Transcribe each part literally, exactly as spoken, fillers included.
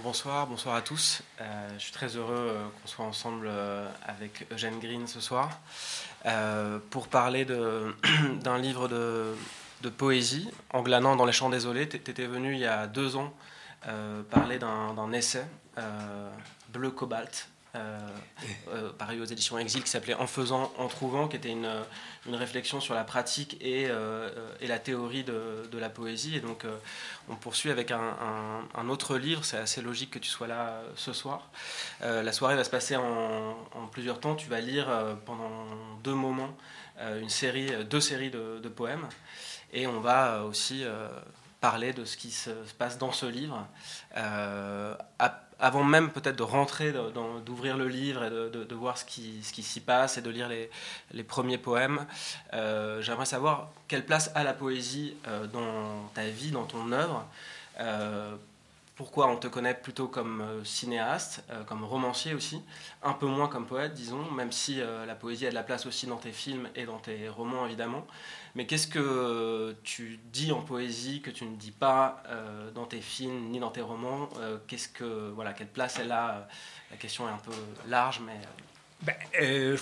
bonsoir, bonsoir à tous. Euh, je suis très heureux euh, qu'on soit ensemble euh, avec Eugène Green ce soir euh, pour parler de, d'un livre de, de poésie, En glanant dans les champs désolés. Tu étais venu il y a deux ans euh, parler d'un, d'un essai, euh, Bleu Cobalt, euh, euh, paru aux éditions Exil, qui s'appelait En faisant, en trouvant, qui était une, une réflexion sur la pratique et, euh, et la théorie de, de la poésie. Et donc, euh, on poursuit avec un, un, un autre livre. C'est assez logique que tu sois là euh, ce soir. Euh, la soirée va se passer en, en plusieurs temps. Tu vas lire euh, pendant deux moments euh, une série, deux séries de, de poèmes. Et on va aussi euh, parler de ce qui se, se passe dans ce livre. Euh, à, avant même peut-être de rentrer, de, dans, d'ouvrir le livre et de, de, de voir ce qui, ce qui s'y passe et de lire les, les premiers poèmes, euh, j'aimerais savoir quelle place a la poésie euh, dans ta vie, dans ton œuvre. Euh, pourquoi on te connaît plutôt comme euh, cinéaste, euh, comme romancier aussi, un peu moins comme poète, disons, même si euh, la poésie a de la place aussi dans tes films et dans tes romans, évidemment. Mais qu'est-ce que tu dis en poésie que tu ne dis pas euh, dans tes films ni dans tes romans euh, qu'est-ce que, voilà, quelle place elle a? La question est un peu large, mais... Ben, euh,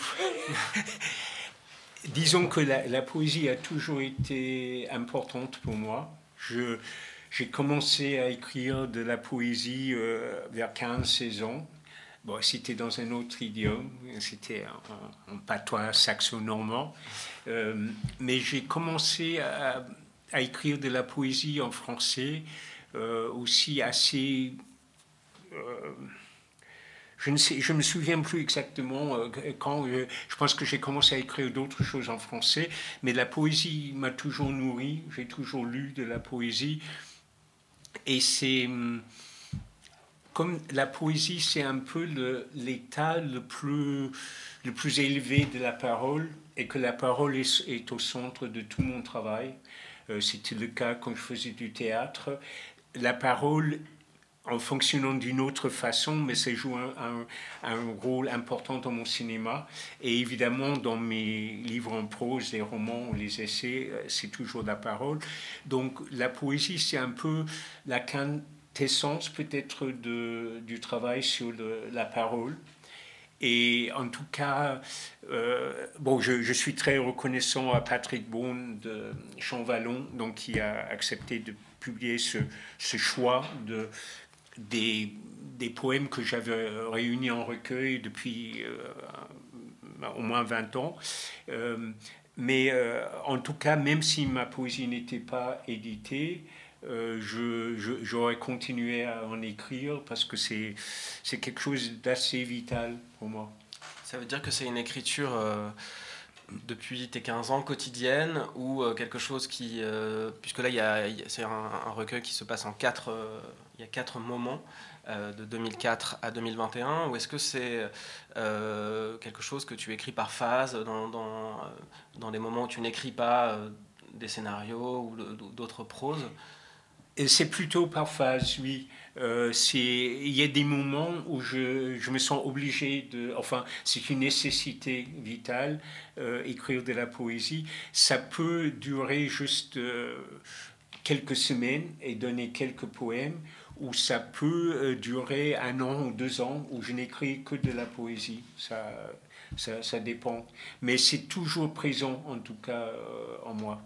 disons que la, la poésie a toujours été importante pour moi. Je, j'ai commencé à écrire de la poésie euh, vers quinze seize ans. Bon, c'était dans un autre idiome, c'était en, en patois saxo-normand. Euh, mais j'ai commencé à, à écrire de la poésie en français, euh, aussi assez... Euh, Je ne sais, je me souviens plus exactement euh, quand. Je, je pense que j'ai commencé à écrire d'autres choses en français, mais la poésie m'a toujours nourri. J'ai toujours lu de la poésie, et c'est comme la poésie, c'est un peu le, l'état le plus le plus élevé de la parole, et que la parole est, est au centre de tout mon travail. Euh, c'était le cas quand je faisais du théâtre. La parole, en fonctionnant d'une autre façon, mais ça joue un, un, un rôle important dans mon cinéma. Et évidemment, dans mes livres en prose, les romans, les essais, c'est toujours la parole. Donc la poésie, c'est un peu la quintessence peut-être de, du travail sur le, la parole. Et en tout cas, euh, bon, je, je suis très reconnaissant à Patrick Beaune de Champvallon, donc, qui a accepté de publier ce, ce choix de, des, des poèmes que j'avais réunis en recueil depuis euh, au moins vingt ans. Euh, mais euh, en tout cas, même si ma poésie n'était pas éditée, euh, je, je, j'aurais continué à en écrire parce que c'est, c'est quelque chose d'assez vital pour moi. Ça veut dire que c'est une écriture euh, depuis tes quinze ans quotidienne, ou euh, quelque chose qui... Euh, puisque là, il y a, il y a, c'est un, un recueil qui se passe en quatre... Euh, il y a quatre moments, euh, de deux mille quatre à deux mille vingt et un, ou est-ce que c'est euh, quelque chose que tu écris par phase, dans, dans, dans des moments où tu n'écris pas euh, des scénarios ou de, d'autres proses? Et c'est plutôt par phase, oui. Euh, c'est, il y a des moments où je, je me sens obligé de... Enfin, c'est une nécessité vitale, euh, écrire de la poésie. Ça peut durer juste euh, quelques semaines et donner quelques poèmes, ou ça peut euh, durer un an ou deux ans où je n'écris que de la poésie. Ça, ça, ça dépend. Mais c'est toujours présent, en tout cas, euh, en moi.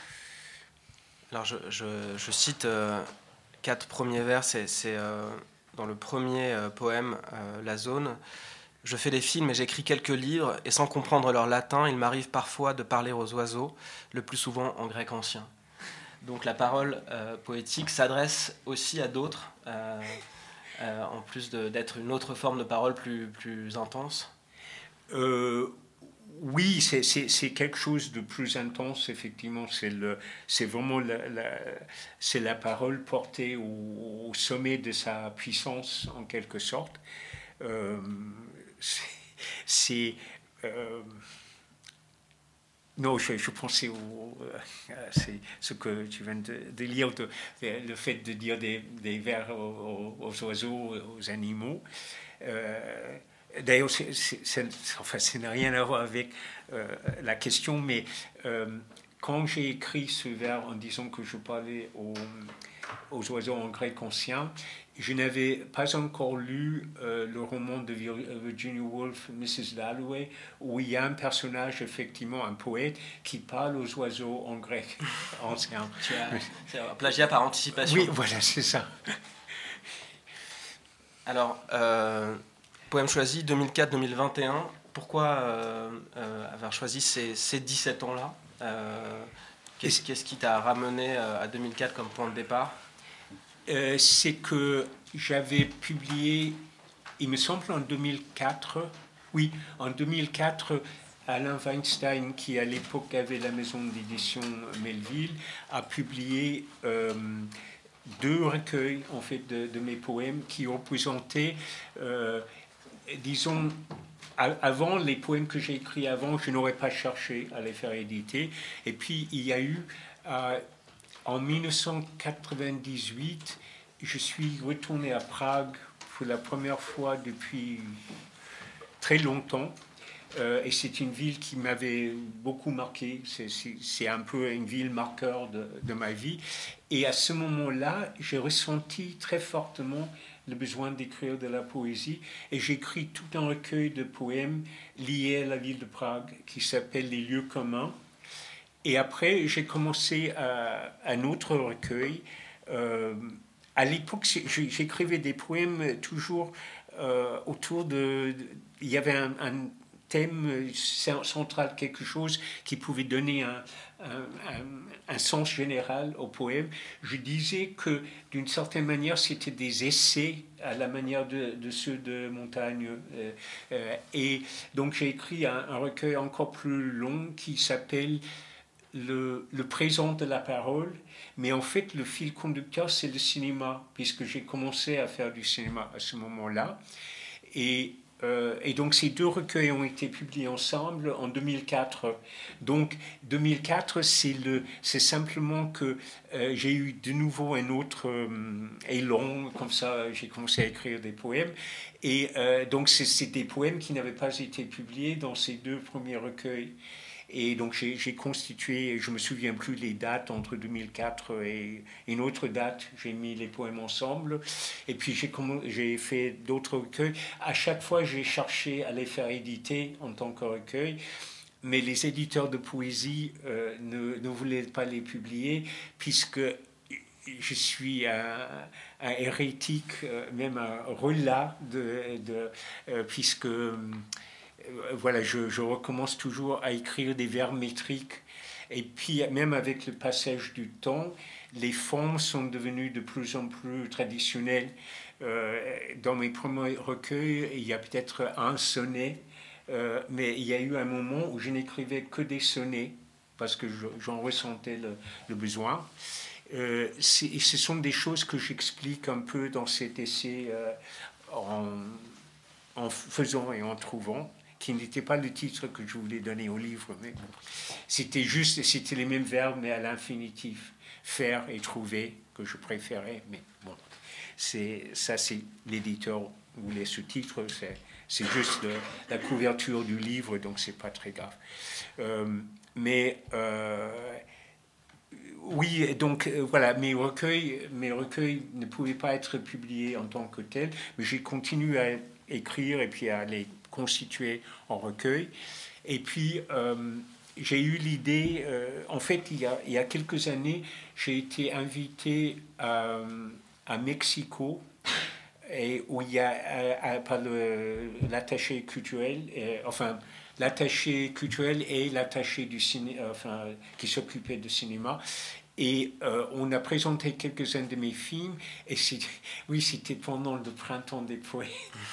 Alors, je, je, je cite euh, quatre premiers vers, c'est, c'est euh, dans le premier euh, poème, euh, La Zone. Je fais des films et j'écris quelques livres, et sans comprendre leur latin, il m'arrive parfois de parler aux oiseaux, le plus souvent en grec ancien. Donc la parole euh, poétique s'adresse aussi à d'autres, euh, euh, en plus de, d'être une autre forme de parole plus, plus intense. Euh, oui, c'est, c'est, c'est quelque chose de plus intense, effectivement. C'est, le, c'est vraiment la, la, c'est la parole portée au, au sommet de sa puissance, en quelque sorte. Euh, c'est... c'est euh, non, je, je pensais au, à c'est ce que tu viens de, de lire, de, de, le fait de dire des, des vers aux, aux oiseaux, aux animaux. Euh, D'ailleurs, c'est, c'est, c'est, enfin, ça n'a rien à voir avec euh, la question, mais euh, quand j'ai écrit ce vers en disant que je parlais aux, aux oiseaux en grec ancien. Je n'avais pas encore lu euh, le roman de Virginia Woolf, missus Dalloway, où il y a un personnage, effectivement, un poète, qui parle aux oiseaux en grec ancien. Tu as, c'est un plagiat par anticipation. Oui, voilà, c'est ça. Alors, euh, poème choisi deux mille quatre deux mille vingt et un. Pourquoi euh, euh, avoir choisi ces, ces dix-sept ans-là euh, qu'est-ce, qu'est-ce qui t'a ramené à deux mille quatre comme point de départ? euh, C'est que j'avais publié, il me semble en deux mille quatre, oui, en deux mille quatre, Alain Weinstein, qui à l'époque avait la maison d'édition Melville, a publié euh, deux recueils en fait de, de mes poèmes qui représentaient, euh, disons, avant, les poèmes que j'ai écrits avant, je n'aurais pas cherché à les faire éditer. Et puis, il y a eu, euh, en dix-neuf cent quatre-vingt-dix-huit, je suis retourné à Prague pour la première fois depuis très longtemps. Euh, et c'est une ville qui m'avait beaucoup marqué. C'est, c'est, c'est un peu une ville marqueur de, de ma vie. Et à ce moment-là, j'ai ressenti très fortement le besoin d'écrire de la poésie. Et j'écris tout un recueil de poèmes liés à la ville de Prague qui s'appelle Les lieux communs. Et après, j'ai commencé à, un autre recueil. Euh, à l'époque, j'écrivais des poèmes toujours euh, autour de... Il y avait un, un thème central, quelque chose qui pouvait donner un, un, un, un sens général au poème. Je disais que d'une certaine manière c'était des essais à la manière de, de ceux de Montaigne, euh, euh, et donc j'ai écrit un, un recueil encore plus long qui s'appelle le, le présent de la parole, mais en fait le fil conducteur c'est le cinéma, puisque j'ai commencé à faire du cinéma à ce moment-là. Et Euh, et donc ces deux recueils ont été publiés ensemble en deux mille quatre. Donc deux mille quatre, c'est, le, c'est simplement que euh, j'ai eu de nouveau un autre euh, élan, comme ça j'ai commencé à écrire des poèmes. Et euh, donc c'est, c'est des poèmes qui n'avaient pas été publiés dans ces deux premiers recueils. Et donc j'ai, j'ai constitué, je ne me souviens plus les dates entre deux mille quatre et une autre date, j'ai mis les poèmes ensemble. Et puis j'ai, j'ai fait d'autres recueils. À chaque fois, j'ai cherché à les faire éditer en tant que recueil. Mais les éditeurs de poésie euh, ne, ne voulaient pas les publier, puisque je suis un, un hérétique, même un relat, de, de, euh, puisque... Voilà, je, je recommence toujours à écrire des vers métriques. Et puis, même avec le passage du temps, les formes sont devenues de plus en plus traditionnelles. Euh, dans mes premiers recueils, il y a peut-être un sonnet, euh, mais il y a eu un moment où je n'écrivais que des sonnets, parce que je, j'en ressentais le, le besoin. Euh, c'est, ce sont des choses que j'explique un peu dans cet essai euh, en, en faisant et en trouvant, qui n'était pas le titre que je voulais donner au livre, mais bon, c'était juste, c'était les mêmes verbes, mais à l'infinitif, faire et trouver, que je préférais, mais bon, c'est, ça c'est l'éditeur voulait ce titre, c'est, c'est juste de, la couverture du livre, donc c'est pas très grave. Euh, mais euh, oui, donc euh, voilà, mes recueils, mes recueils ne pouvaient pas être publiés en tant que tels, mais j'ai continué à écrire et puis à les constitué en recueil. Et puis, euh, j'ai eu l'idée, euh, en fait, il y, a, il y a quelques années, j'ai été invité à, à Mexico, et où il y a, à, à, par le, l'attaché culturel, et, enfin, l'attaché culturel et l'attaché du ciné, enfin, qui s'occupait du cinéma. Et euh, on a présenté quelques-uns de mes films, et c'était, oui, c'était pendant le printemps des poètes.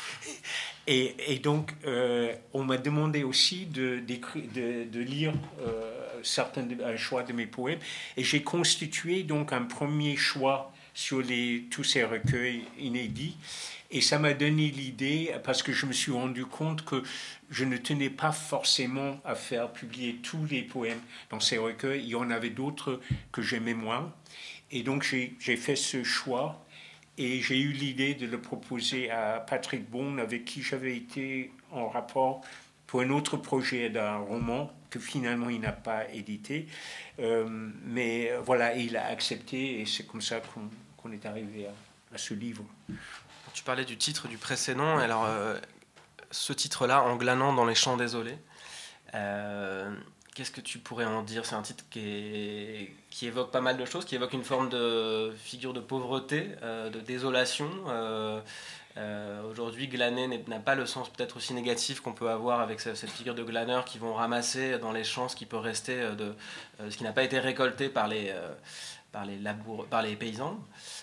Et, et donc, euh, on m'a demandé aussi de, de, de lire euh, certains de, un choix de mes poèmes, et j'ai constitué donc un premier choix sur les, tous ces recueils inédits. Et ça m'a donné l'idée, parce que je me suis rendu compte que je ne tenais pas forcément à faire publier tous les poèmes dans ces recueils. Il y en avait d'autres que j'aimais moins. Et donc j'ai, j'ai fait ce choix, et j'ai eu l'idée de le proposer à Patrick Beaune, avec qui j'avais été en rapport pour un autre projet d'un roman que finalement il n'a pas édité. Euh, mais voilà, il a accepté, et c'est comme ça qu'on, qu'on est arrivé à, à ce livre. Tu parlais du titre du précédent. Alors, euh, ce titre-là, En glanant dans les champs désolés, euh, qu'est-ce que tu pourrais en dire ? C'est un titre qui, est, qui évoque pas mal de choses, qui évoque une forme de figure de pauvreté, euh, de désolation. Euh, euh, aujourd'hui, glaner n'a pas le sens peut-être aussi négatif qu'on peut avoir avec cette figure de glaneurs qui vont ramasser dans les champs ce qui peut rester de euh, ce qui n'a pas été récolté par les, euh, par les, labour, par les paysans.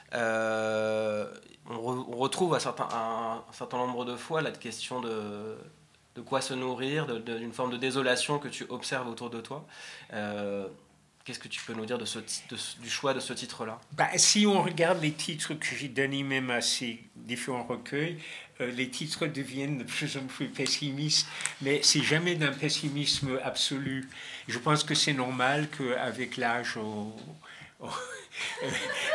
Euh, on, re, on retrouve à certain, un, un certain nombre de fois la question de de quoi se nourrir, de, de, d'une forme de désolation que tu observes autour de toi. Euh, qu'est-ce que tu peux nous dire de ce, de, du choix de ce titre-là ? Bah, si on regarde les titres que j'ai donnés même à ces différents recueils, euh, les titres deviennent de plus en plus pessimistes, mais c'est jamais d'un pessimisme absolu. Je pense que c'est normal qu'avec l'âge, on, on, euh,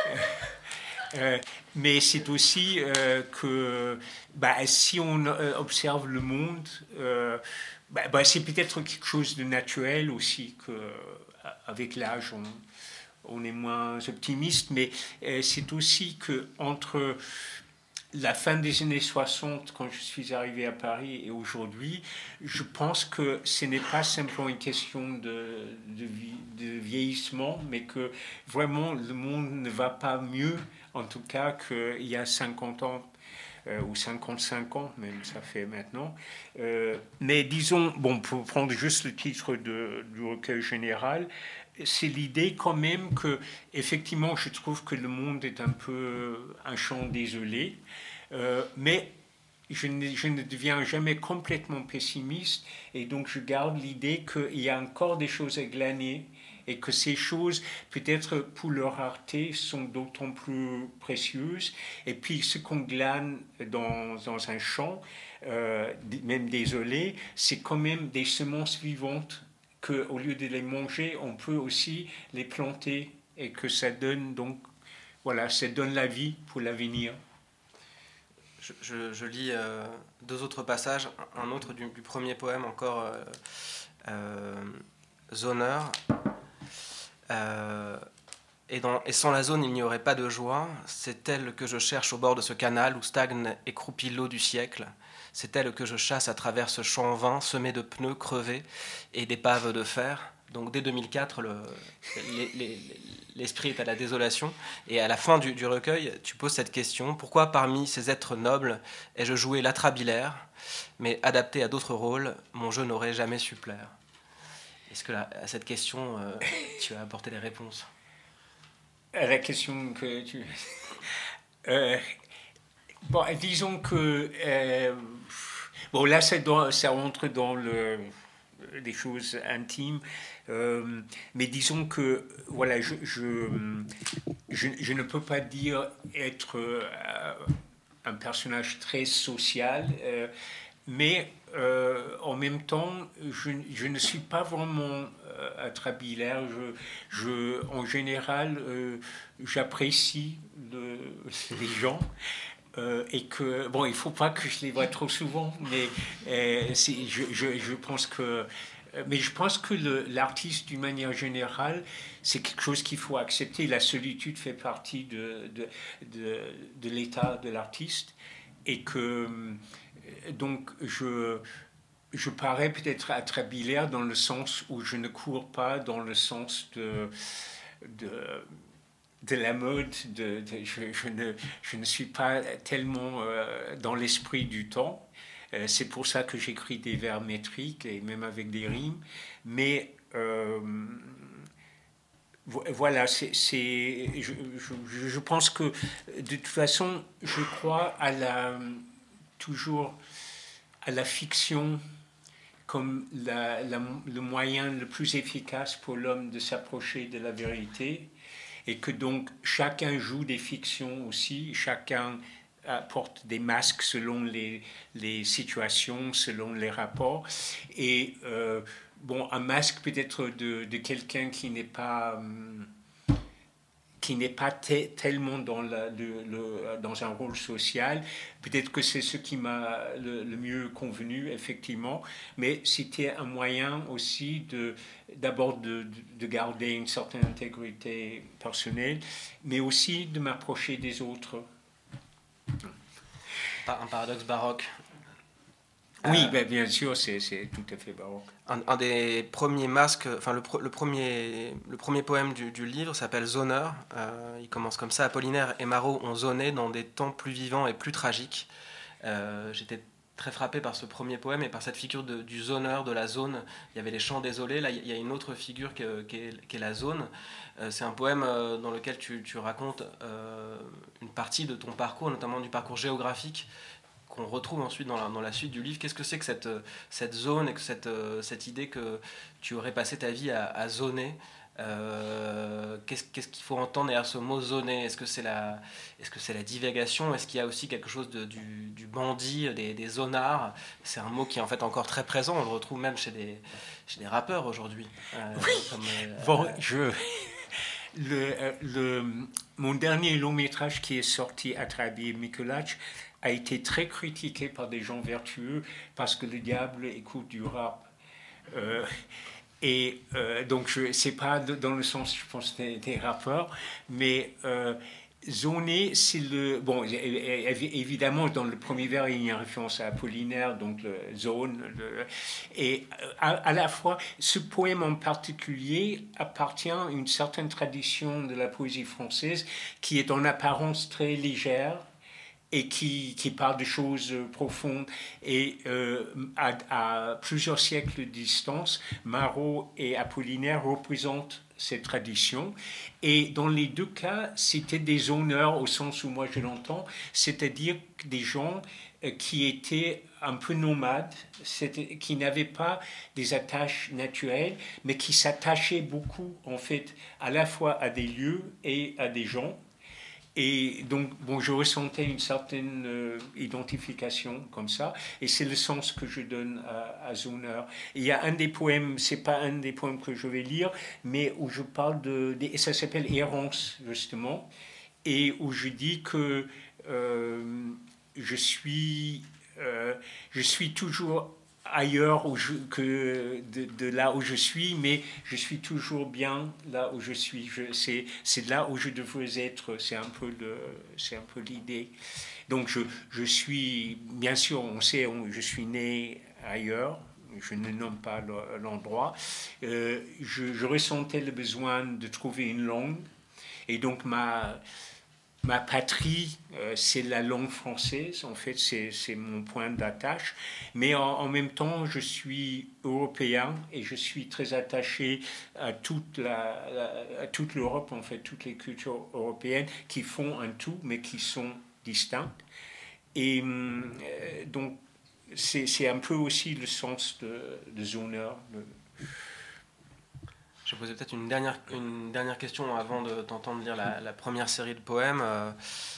Euh, mais c'est aussi euh, que bah, si on euh, observe le monde, euh, bah, bah, c'est peut-être quelque chose de naturel aussi, qu'avec l'âge on, on est moins optimiste, mais euh, c'est aussi qu'entre la fin des années soixante, quand je suis arrivé à Paris, et aujourd'hui, je pense que ce n'est pas simplement une question de, de, de vieillissement, mais que vraiment le monde ne va pas mieux, en tout cas qu'il y a cinquante ans, euh, ou cinquante-cinq ans, même ça fait maintenant. Euh, mais disons, bon, pour prendre juste le titre de, du recueil général, c'est l'idée quand même que, effectivement, je trouve que le monde est un peu un champ désolé, euh, mais je ne, je ne deviens jamais complètement pessimiste, et donc je garde l'idée qu'il y a encore des choses à glaner, et que ces choses, peut-être pour leur rareté, sont d'autant plus précieuses. Et puis ce qu'on glane dans, dans un champ, euh, même désolé, c'est quand même des semences vivantes, qu'au lieu de les manger, on peut aussi les planter, et que ça donne donc, voilà, ça donne la vie pour l'avenir. Je, je, je lis euh, deux autres passages, un autre du, du premier poème encore, euh, euh, Zoneur. Euh, et, dans, et sans la zone, il n'y aurait pas de joie. C'est elle que je cherche au bord de ce canal où stagne et croupit l'eau du siècle. C'est elle que je chasse à travers ce champ vain semé de pneus crevés et d'épaves de fer. Donc dès deux mille quatre, le, les, les, l'esprit est à la désolation. Et à la fin du, du recueil, tu poses cette question. Pourquoi parmi ces êtres nobles ai-je joué l'atrabilaire, mais adapté à d'autres rôles, mon jeu n'aurait jamais su plaire? Est-ce que là, à cette question, euh, tu as apporté des réponses? À la question que tu... euh, bon, disons que... Euh, bon, là, ça, doit, ça rentre dans le, des choses intimes. Euh, mais disons que, voilà, je, je, je, je ne peux pas dire être euh, un personnage très social, euh, mais euh, en même temps, je, je ne suis pas vraiment euh, atrabilaire. Je, je, en général, euh, j'apprécie le, les gens. Euh, et que, bon, il ne faut pas que je les voie trop souvent, mais euh, c'est, je, je, je pense que... Mais je pense que le, l'artiste, d'une manière générale, c'est quelque chose qu'il faut accepter. La solitude fait partie de, de, de, de l'état de l'artiste. Et que, donc, je, je parais peut-être atrabilaire dans le sens où je ne cours pas dans le sens de... de de la mode, de, de, je, je, ne, je ne suis pas tellement euh, dans l'esprit du temps. Euh, c'est pour ça que j'écris des vers métriques et même avec des rimes. Mais euh, voilà, c'est, c'est, je, je, je pense que de toute façon, je crois à la, toujours à la fiction comme la, la, le moyen le plus efficace pour l'homme de s'approcher de la vérité. Et que donc chacun joue des fictions aussi, chacun porte des masques selon les, les situations, selon les rapports. Et euh, bon, un masque peut-être de, de quelqu'un qui n'est pas, qui n'est pas te, tellement dans, la, le, le, dans un rôle social. Peut-être que c'est ce qui m'a le, le mieux convenu, effectivement, mais c'était un moyen aussi de, d'abord de, de garder une certaine intégrité personnelle, mais aussi de m'approcher des autres. Un paradoxe baroque. Oui, euh, ben, bien sûr, c'est, c'est tout à fait baroque. Un, un des premiers masques, enfin le, le, premier, le premier poème du, du livre s'appelle Zoneur. Euh, il commence comme ça: Apollinaire et Marot ont zoné dans des temps plus vivants et plus tragiques. Euh, j'étais très frappé par ce premier poème et par cette figure de, du zoneur, de la zone. Il y avait les chants désolés, là il y a une autre figure qui est, qui est, qui est la zone. Euh, c'est un poème euh, dans lequel tu, tu racontes euh, une partie de ton parcours, notamment du parcours géographique, qu'on retrouve ensuite dans la, dans la suite du livre. Qu'est-ce que c'est que cette, cette zone et que cette, cette idée que tu aurais passé ta vie à, à zoner? euh, qu'est-ce, qu'est-ce qu'il faut entendre derrière ce mot zoner? Est-ce que c'est la, est-ce que c'est la divagation? Est-ce qu'il y a aussi quelque chose de, du, du bandit, des, des zonards? C'est un mot qui est en fait encore très présent, on le retrouve même chez des, chez des rappeurs aujourd'hui. Euh, oui, comme, euh, bon, euh, je... Le, le, mon dernier long métrage qui est sorti à travers Mikuláš a été très critiqué par des gens vertueux parce que le diable écoute du rap. Euh, et euh, donc, ce n'est pas dans le sens, je pense, des, des rappeurs, mais euh, zoner, c'est le... Bon, évidemment, dans le premier vers, il y a une référence à Apollinaire, donc le zone. Le, et à, à la fois, ce poème en particulier appartient à une certaine tradition de la poésie française qui est en apparence très légère, et qui, qui parle de choses profondes. Et euh, à, à plusieurs siècles de distance, Marot et Apollinaire représentent cette tradition. Et dans les deux cas, c'était des honneurs au sens où moi je l'entends, c'est-à-dire des gens qui étaient un peu nomades, qui n'avaient pas des attaches naturelles, mais qui s'attachaient beaucoup, en fait, à la fois à des lieux et à des gens. Et donc, bon, je ressentais une certaine euh, identification comme ça, et c'est le sens que je donne à, à Zoneur. Il y a un des poèmes, c'est pas un des poèmes que je vais lire, mais où je parle de, de et ça s'appelle Errance justement, et où je dis que euh, je suis, euh, je suis toujours ailleurs où je, que de, de là où je suis, mais je suis toujours bien là où je suis. Je, c'est, c'est là où je devrais être. C'est un peu, le, c'est un peu l'idée. Donc je, je suis, bien sûr, on sait, on, je suis né ailleurs. Je ne nomme pas l'endroit. Euh, je, je ressentais le besoin de trouver une langue. Et donc ma... Ma patrie, euh, c'est la langue française, en fait, c'est, c'est mon point d'attache. Mais en, en même temps, je suis européen et je suis très attaché à toute, la, la, à toute l'Europe, en fait, toutes les cultures européennes qui font un tout, mais qui sont distinctes. Et euh, donc, c'est, c'est un peu aussi le sens de, de Zoneur. De, Je posais peut-être une dernière, une dernière question avant de t'entendre lire la, la première série de poèmes. Euh,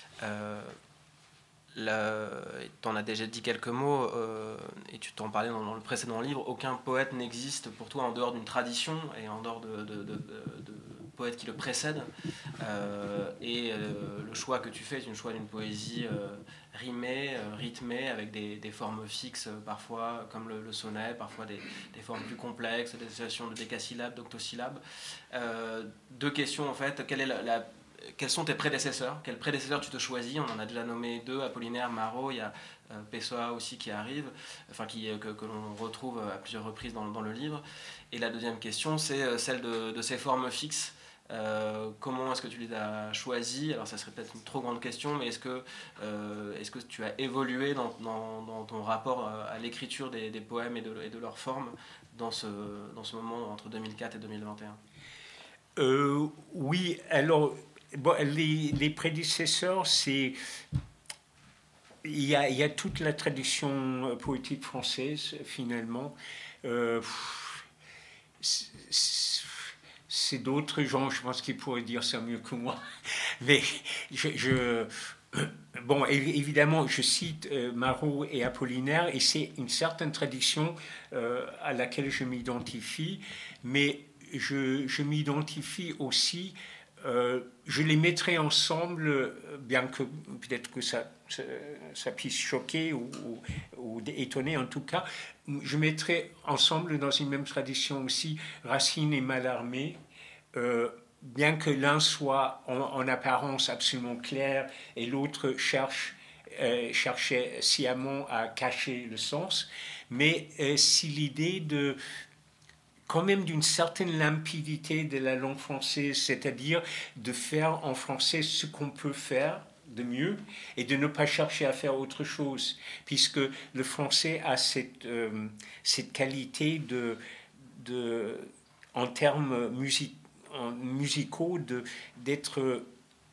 euh, tu en as déjà dit quelques mots euh, et tu t'en parlais dans, dans le précédent livre. Aucun poète n'existe pour toi en dehors d'une tradition et en dehors de, de, de, de, de poètes qui le précèdent. Euh, et euh, le choix que tu fais est un choix d'une poésie euh, rimée, euh, rythmée, avec des, des formes fixes euh, parfois, comme le, le sonnet, parfois des, des formes plus complexes, des associations de décasyllabes, d'octosyllabes. Euh, deux questions en fait. Quelle est la, la, quels sont tes prédécesseurs? Quels prédécesseurs tu te choisis? On en a déjà nommé deux, Apollinaire, Marot, il y a euh, Pessoa aussi qui arrive, enfin qui, que, que l'on retrouve à plusieurs reprises dans, dans le livre. Et la deuxième question, c'est celle de, de ces formes fixes. Euh, comment est-ce que tu les as choisis? Alors ça serait peut-être une trop grande question, mais est-ce que, euh, est-ce que tu as évolué dans, dans, dans ton rapport à l'écriture des, des poèmes et de, et de leur forme dans ce, dans ce moment entre deux mille quatre et deux mille vingt et un? euh, Oui, alors bon, les, les prédécesseurs, c'est... Il y, a, il y a toute la tradition poétique française, finalement. Euh, c'est, c'est d'autres gens, je pense qu'ils pourraient dire ça mieux que moi. Mais je, je bon, évidemment, je cite euh, Marot et Apollinaire, et c'est une certaine tradition euh, à laquelle je m'identifie, mais je, je m'identifie aussi euh, je les mettrai ensemble, bien que peut-être que ça, ça, ça puisse choquer ou, ou, ou étonner en tout cas. Je mettrai ensemble dans une même tradition aussi Racine et Mallarmé, euh, bien que l'un soit en, en apparence absolument clair et l'autre cherche, euh, cherchait sciemment à cacher le sens. Mais euh, si l'idée de quand même d'une certaine limpidité de la langue française, c'est-à-dire de faire en français ce qu'on peut faire de mieux et de ne pas chercher à faire autre chose, puisque le français a cette, euh, cette qualité de, de, en termes music, en musicaux de, d'être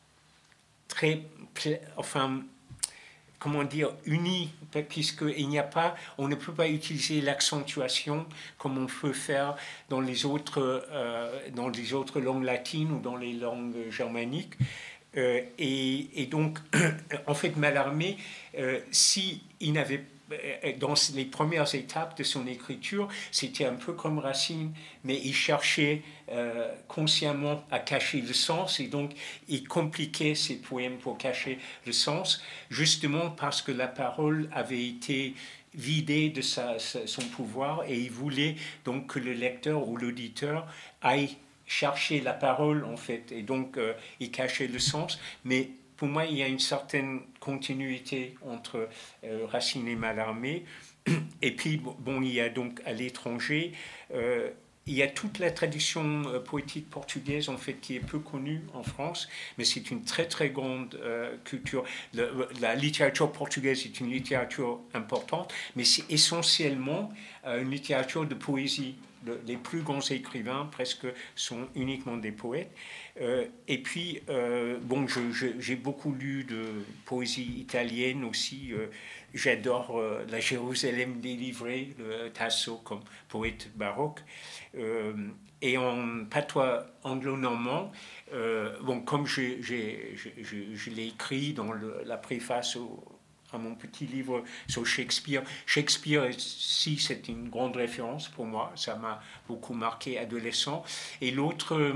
très, enfin, comment dire, uni, puisqu'il n'y a pas, on ne peut pas utiliser l'accentuation comme on peut faire dans les autres, euh, dans les autres langues latines ou dans les langues germaniques. Euh, et, et donc, en fait, Mallarmé, euh, si il n'avait dans les premières étapes de son écriture, c'était un peu comme Racine, mais il cherchait euh, consciemment à cacher le sens et donc il compliquait ses poèmes pour cacher le sens, justement parce que la parole avait été vidée de sa, sa, son pouvoir et il voulait donc que le lecteur ou l'auditeur aille chercher la parole en fait et donc euh, il cachait le sens, mais pour moi, il y a une certaine continuité entre euh, Racine et Mallarmé. Et puis, bon, il y a donc à l'étranger, euh, il y a toute la tradition euh, poétique portugaise, en fait, qui est peu connue en France, mais c'est une très, très grande euh, culture. Le, la littérature portugaise est une littérature importante, mais c'est essentiellement euh, une littérature de poésie. Le, les plus grands écrivains, presque, sont uniquement des poètes. Euh, et puis, euh, bon, je, je, j'ai beaucoup lu de poésie italienne aussi. Euh, j'adore euh, la Jérusalem délivrée, le Tasso comme poète baroque. Euh, et en patois anglo-normand, euh, bon, comme j'ai, j'ai, je, je l'ai écrit dans le, la préface au, à mon petit livre sur Shakespeare. Shakespeare, si c'est une grande référence pour moi, ça m'a beaucoup marqué adolescent. Et l'autre,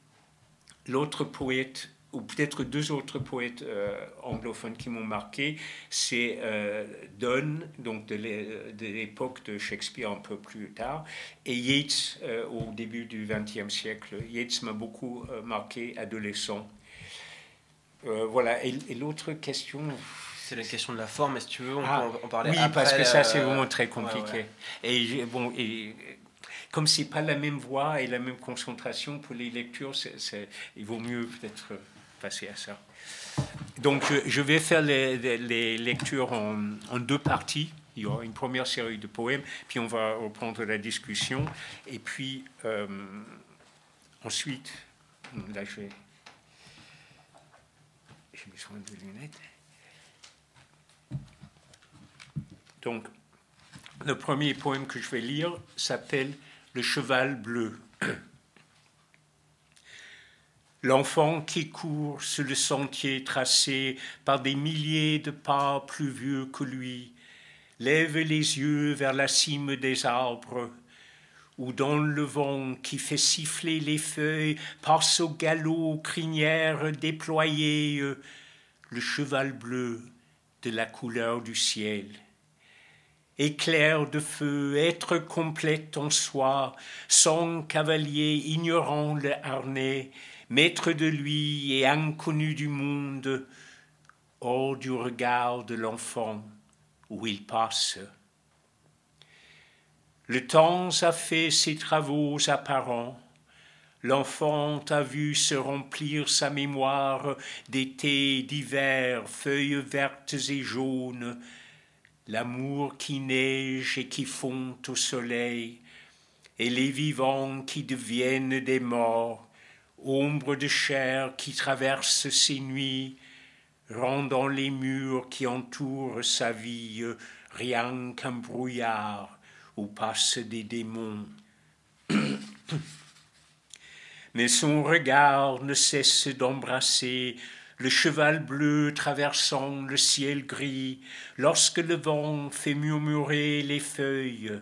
l'autre poète, ou peut-être deux autres poètes euh, anglophones qui m'ont marqué, c'est euh, Donne, donc de l'époque de Shakespeare un peu plus tard, et Yeats euh, au début du vingtième siècle. Yeats m'a beaucoup euh, marqué adolescent. Euh, voilà, et, et l'autre question... C'est la question de la forme, mais si tu veux, on ah, peut en parler oui, après. Oui, parce que ça, euh... c'est vraiment très compliqué. Ouais, ouais. Et, bon, et comme c'est pas la même voix et la même concentration pour les lectures, c'est, c'est, il vaut mieux peut-être passer à ça. Donc, je, je vais faire les, les, les lectures en, en deux parties. Il y aura une première série de poèmes, puis on va reprendre la discussion. Et puis, euh, ensuite, là, je vais... J'ai besoin de lunettes. Donc, le premier poème que je vais lire s'appelle « Le cheval bleu ». L'enfant qui court sur le sentier tracé par des milliers de pas plus vieux que lui lève les yeux vers la cime des arbres où dans le vent qui fait siffler les feuilles passe au galop crinière déployée le cheval bleu de la couleur du ciel. Éclair de feu, être complète en soi, sans cavalier ignorant le harnais, maître de lui et inconnu du monde, hors du regard de l'enfant où il passe. Le temps a fait ses travaux apparents, l'enfant a vu se remplir sa mémoire d'été, d'hiver, feuilles vertes et jaunes, l'amour qui neige et qui fond au soleil, et les vivants qui deviennent des morts, ombre de chair qui traverse ses nuits, rendant les murs qui entourent sa vie rien qu'un brouillard où passent des démons. Mais son regard ne cesse d'embrasser le cheval bleu traversant le ciel gris, lorsque le vent fait murmurer les feuilles.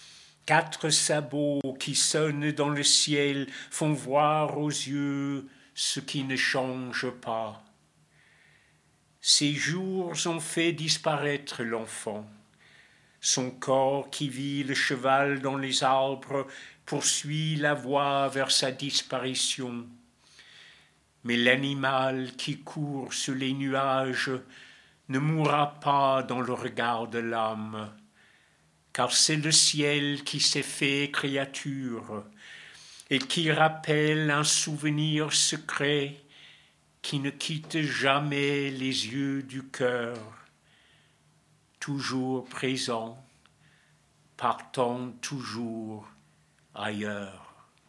Quatre sabots qui sonnent dans le ciel font voir aux yeux ce qui ne change pas. Ces jours ont fait disparaître l'enfant. Son corps qui vit le cheval dans les arbres poursuit la voie vers sa disparition. Mais l'animal qui court sur les nuages ne mourra pas dans le regard de l'âme, car c'est le ciel qui s'est fait créature et qui rappelle un souvenir secret qui ne quitte jamais les yeux du cœur, toujours présent, partant toujours ailleurs.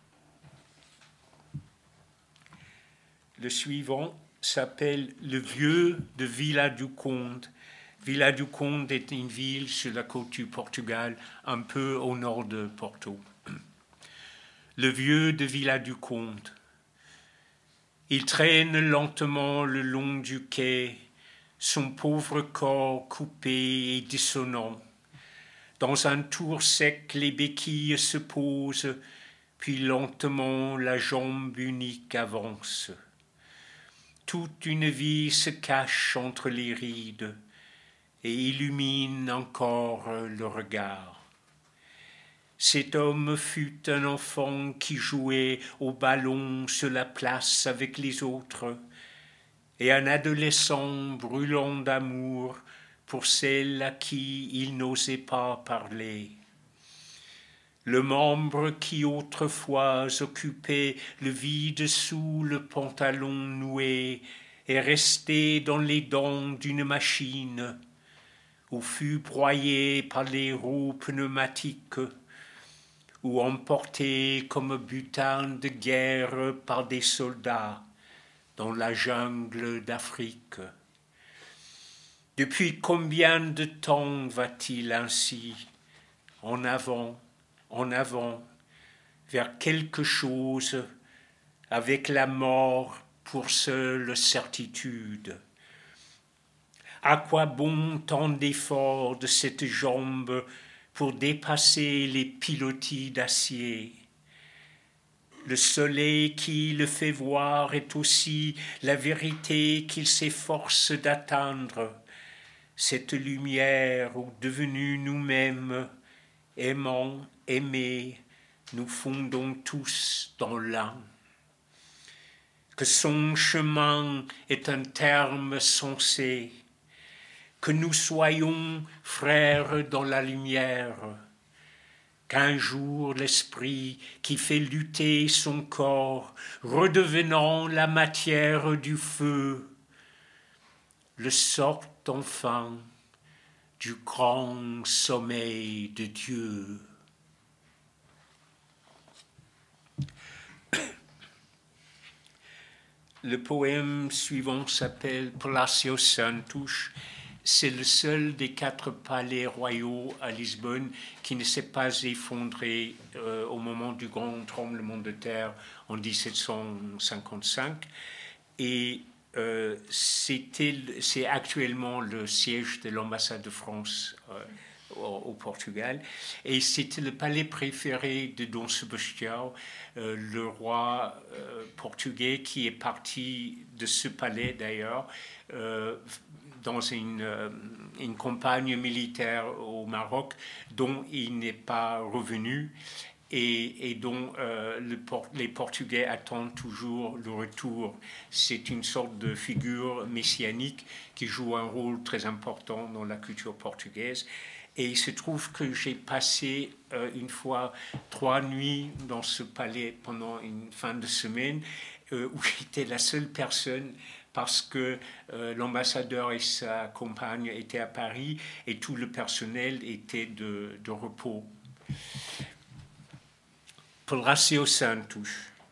Le suivant s'appelle Le Vieux de Vila-do-Conde. Vila-do-Conde est une ville sur la côte du Portugal, un peu au nord de Porto. Le Vieux de Vila-do-Conde. Il traîne lentement le long du quai, son pauvre corps coupé et dissonant. Dans un tour sec, les béquilles se posent, puis lentement la jambe unique avance. Toute une vie se cache entre les rides et illumine encore le regard. Cet homme fut un enfant qui jouait au ballon sur la place avec les autres, et un adolescent brûlant d'amour pour celle à qui il n'osait pas parler. Le membre qui autrefois occupait le vide sous le pantalon noué est resté dans les dents d'une machine, ou fut broyé par les roues pneumatiques, ou emporté comme butin de guerre par des soldats dans la jungle d'Afrique. Depuis combien de temps va-t-il ainsi, en avant, en avant, vers quelque chose, avec la mort pour seule certitude? À quoi bon tant d'efforts de cette jambe pour dépasser les pilotis d'acier? Le soleil qui le fait voir est aussi la vérité qu'il s'efforce d'atteindre, cette lumière où, devenus nous-mêmes, aimants, aimés, nous fondons tous dans l'un. Que son chemin est un terme sensé, que nous soyons frères dans la lumière, qu'un jour l'esprit qui fait lutter son corps, redevenant la matière du feu, le sorte enfin du grand sommeil de Dieu. Le poème suivant s'appelle Palácio Santos. C'est le seul des quatre palais royaux à Lisbonne qui ne s'est pas effondré euh, au moment du grand tremblement de terre en dix-sept cent cinquante-cinq. Et euh, c'était, c'est actuellement le siège de l'ambassade de France euh, au, au Portugal. Et c'était le palais préféré de Dom Sebastião, euh, le roi euh, portugais qui est parti de ce palais d'ailleurs, euh, dans une, euh, une campagne militaire au Maroc dont il n'est pas revenu et, et dont euh, le, les Portugais attendent toujours le retour. C'est une sorte de figure messianique qui joue un rôle très important dans la culture portugaise. Et il se trouve que j'ai passé euh, une fois trois nuits dans ce palais pendant une fin de semaine euh, où j'étais la seule personne parce que euh, l'ambassadeur et sa compagne étaient à Paris et tout le personnel était de, de repos. Palácio Santos.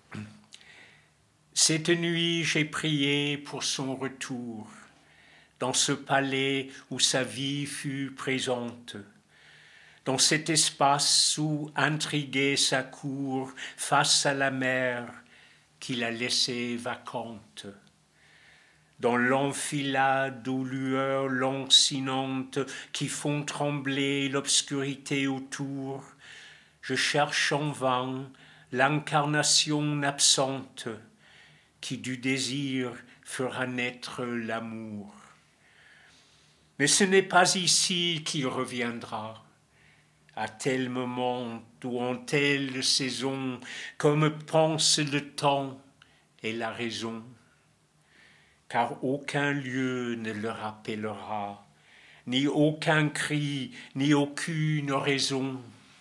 Cette nuit, j'ai prié pour son retour, dans ce palais où sa vie fut présente, dans cet espace où intriguait sa cour face à la mer qu'il a laissée vacante. Dans l'enfilade aux lueurs lancinantes qui font trembler l'obscurité autour, je cherche en vain l'incarnation absente qui du désir fera naître l'amour. Mais ce n'est pas ici qu'il reviendra, à tel moment ou en telle saison, comme pense le temps et la raison, car aucun lieu ne le rappellera, ni aucun cri, ni aucune raison.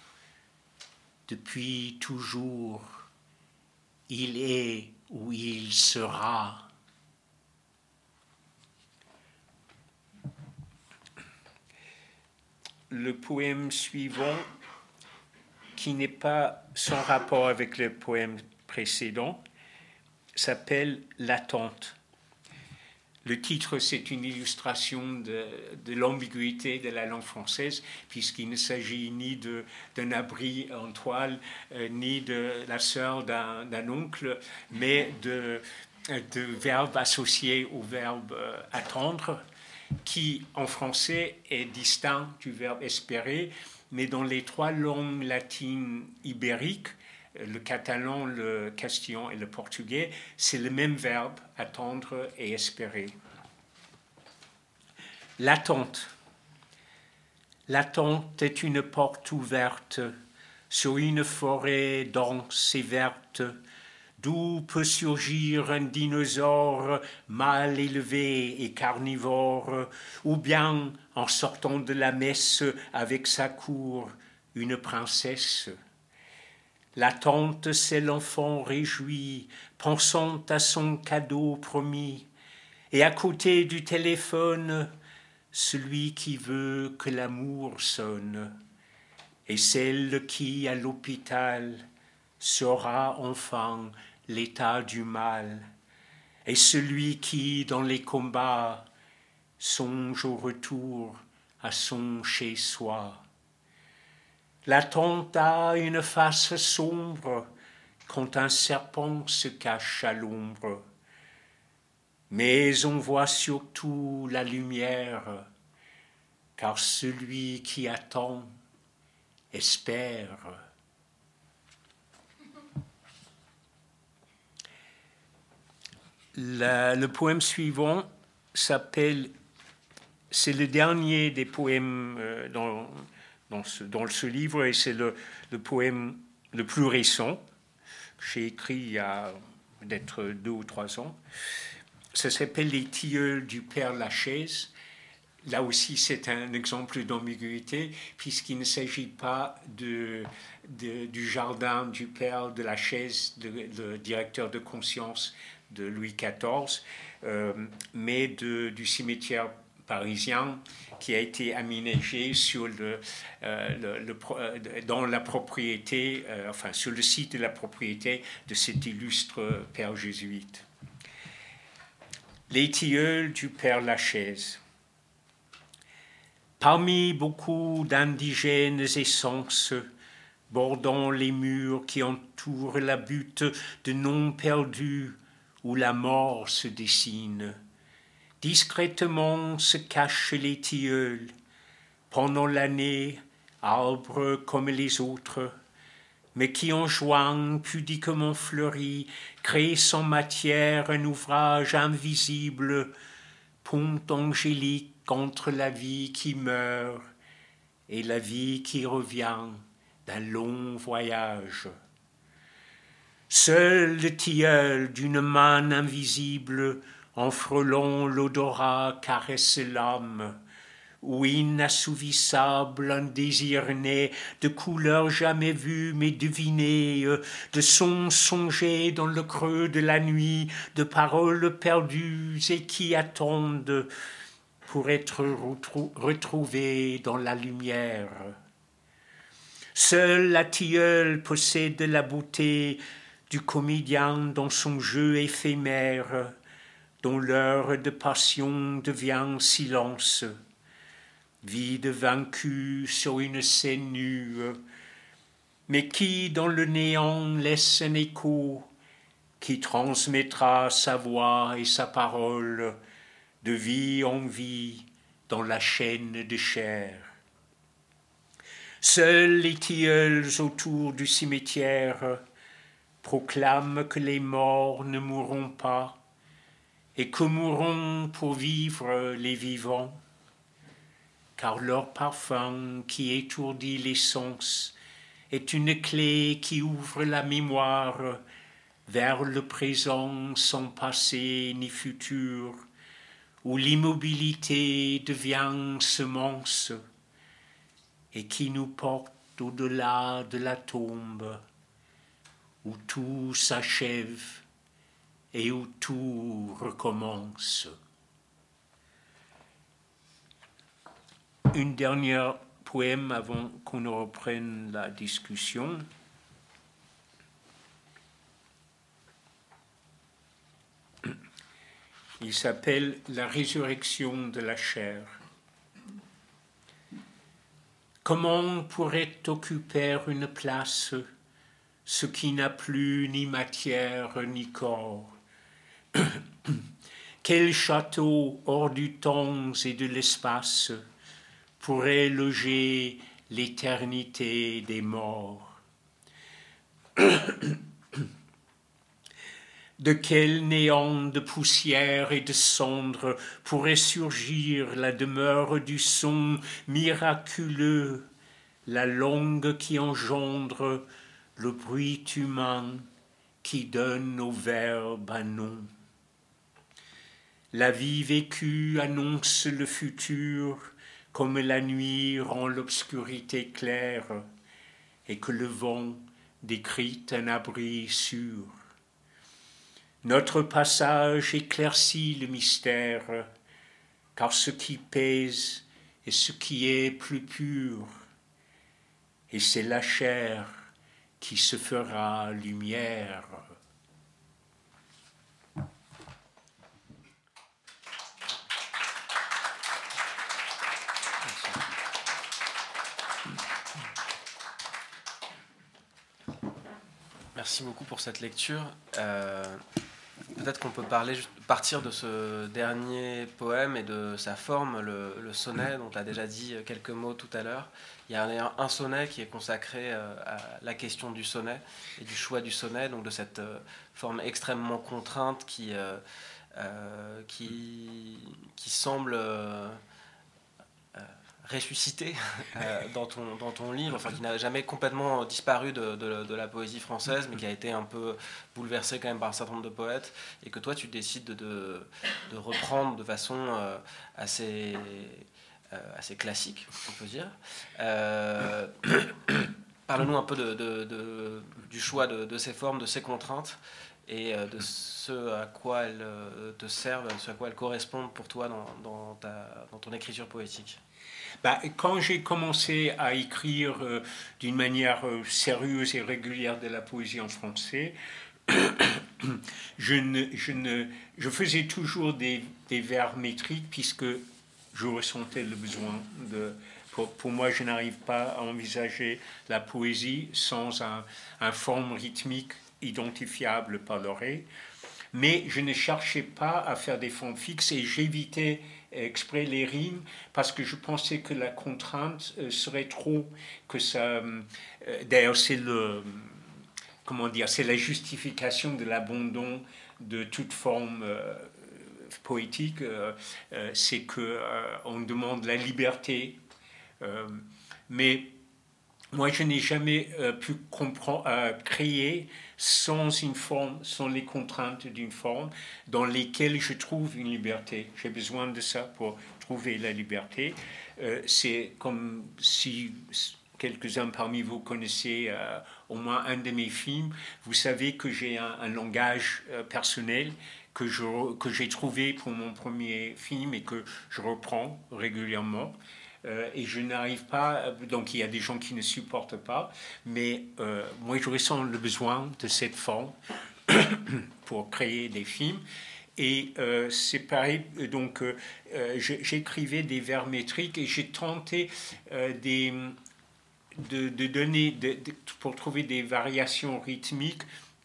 Depuis toujours, il est où il sera. Le poème suivant, qui n'est pas sans rapport avec le poème précédent, s'appelle « L'attente ». Le titre, c'est une illustration de, de l'ambiguïté de la langue française, puisqu'il ne s'agit ni de, d'un abri en toile, euh, ni de la sœur d'un, d'un oncle, mais de, de verbes associés au verbe euh, attendre, qui en français est distinct du verbe espérer, mais dans les trois langues latines ibériques, le catalan, le castillan et le portugais, c'est le même verbe, attendre et espérer. L'attente. L'attente est une porte ouverte sur une forêt dense et verte, d'où peut surgir un dinosaure mal élevé et carnivore, ou bien, en sortant de la messe avec sa cour, une princesse. L'attente, c'est l'enfant réjoui, pensant à son cadeau promis, et à côté du téléphone, celui qui veut que l'amour sonne, et celle qui, à l'hôpital, saura enfin l'état du mal, et celui qui, dans les combats, songe au retour à son chez-soi. L'attente a une face sombre quand un serpent se cache à l'ombre, mais on voit surtout la lumière, car celui qui attend espère. La, le poème suivant s'appelle, c'est le dernier des poèmes euh, dans, dans, ce, dans ce livre, et c'est le, le poème le plus récent que j'ai écrit il y a peut-être deux ou trois ans. Ça s'appelle Les tilleuls du Père Lachaise. Là aussi, c'est un exemple d'ambiguïté, puisqu'il ne s'agit pas de, de, du jardin du Père de Lachaise, le directeur de conscience de Louis quatorze, euh, mais de, du cimetière parisien qui a été aménagé sur le, euh, le, le, dans la propriété, euh, enfin sur le site de la propriété de cet illustre père jésuite. Les tilleuls du Père Lachaise. Parmi beaucoup d'indigènes essences, bordant les murs qui entourent la butte de noms perdus où la mort se dessine, discrètement se cachent les tilleuls, pendant l'année, arbres comme les autres, mais qui en juin, pudiquement fleuri, créent sans matière un ouvrage invisible, pont angélique entre la vie qui meurt et la vie qui revient d'un long voyage. Seul le tilleul d'une main invisible, en frôlant l'odorat, caresse l'âme, où inassouvissable un désir naît de couleurs jamais vues mais devinées, de sons songés dans le creux de la nuit, de paroles perdues et qui attendent pour être retrou- retrouvées dans la lumière. Seule la tilleule possède la beauté du comédien dans son jeu éphémère, dont l'heure de passion devient silence, vide vaincu sur une scène nue, mais qui dans le néant laisse un écho qui transmettra sa voix et sa parole de vie en vie dans la chaîne de chair. Seuls les tilleuls autour du cimetière proclame que les morts ne mourront pas et que mourront pour vivre les vivants, car leur parfum qui étourdit les sens est une clé qui ouvre la mémoire vers le présent sans passé ni futur, où l'immobilité devient semence et qui nous porte au-delà de la tombe, où tout s'achève et où tout recommence. Une dernière poème avant qu'on reprenne la discussion. Il s'appelle « La résurrection de la chair ». Comment pourrait occuper une place ce qui n'a plus ni matière ni corps? Quel château hors du temps et de l'espace pourrait loger l'éternité des morts? De quel néant de poussière et de cendres pourrait surgir la demeure du son miraculeux, la langue qui engendre le bruit humain qui donne au verbe un nom? La vie vécue annonce le futur comme la nuit rend l'obscurité claire et que le vent décrit un abri sûr. Notre passage éclaircit le mystère, car ce qui pèse est ce qui est plus pur, et c'est la chair qui se fera lumière. Merci beaucoup pour cette lecture. Euh, peut-être qu'on peut parler, partir de ce dernier poème et de sa forme, le, le sonnet, dont tu as déjà dit quelques mots tout à l'heure. Il y a un, un sonnet qui est consacré à la question du sonnet et du choix du sonnet, donc de cette forme extrêmement contrainte qui, euh, qui, qui semble... Euh, ressuscité euh, dans, ton, dans ton livre, enfin qui n'a jamais complètement disparu de, de, de la poésie française, mais qui a été un peu bouleversé quand même par un certain nombre de poètes, et que toi tu décides de, de, de reprendre de façon euh, assez, euh, assez classique, on peut dire. Euh, Parle-nous un peu de, de, de, du choix de, de ces formes, de ces contraintes, et de ce à quoi elles te servent, ce à quoi elles correspondent pour toi dans, dans, ta, dans ton écriture poétique. Ben, quand j'ai commencé à écrire euh, d'une manière euh, sérieuse et régulière de la poésie en français, je, ne, je, ne, je faisais toujours des, des vers métriques puisque je ressentais le besoin de... Pour, pour moi, je n'arrive pas à envisager la poésie sans un, un forme rythmique identifiable par l'oreille. Mais je ne cherchais pas à faire des formes fixes et j'évitais exprès les rimes parce que je pensais que la contrainte euh, serait trop, que ça... Euh, d'ailleurs, c'est le... Comment dire, c'est la justification de l'abandon de toute forme euh, poétique. Euh, euh, c'est qu'on euh, demande la liberté. Euh, mais moi, je n'ai jamais euh, pu comprendre, euh, créer sans une forme, sans les contraintes d'une forme dans lesquelles je trouve une liberté. J'ai besoin de ça pour trouver la liberté. Euh, c'est comme si quelques-uns parmi vous connaissez euh, au moins un de mes films. Vous savez que j'ai un, un langage euh, personnel que, je, que j'ai trouvé pour mon premier film et que je reprends régulièrement. Euh, et je n'arrive pas, donc il y a des gens qui ne supportent pas, mais euh, moi je ressens le besoin de cette forme pour créer des films. Et euh, c'est pareil, donc euh, j'écrivais des vers métriques et j'ai tenté euh, des, de, de donner, de, de, pour trouver des variations rythmiques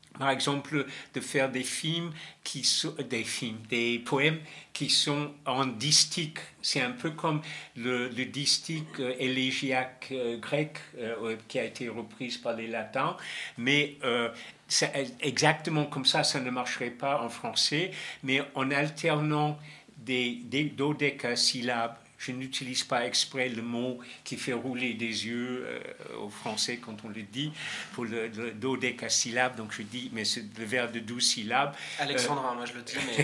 par exemple, de faire des films qui sont des films, des poèmes qui sont en distique. C'est un peu comme le, le distique euh, élégiaque euh, grec euh, qui a été reprise par les latins, mais euh, exactement comme ça, ça ne marcherait pas en français, mais en alternant des, des dodécasyllabes. Je n'utilise pas exprès le mot qui fait rouler des yeux euh, au français quand on le dit, pour le, le dodécasyllabe, donc je dis, mais c'est le vers de douze syllabes. Alexandrin, euh, moi je le dis, mais...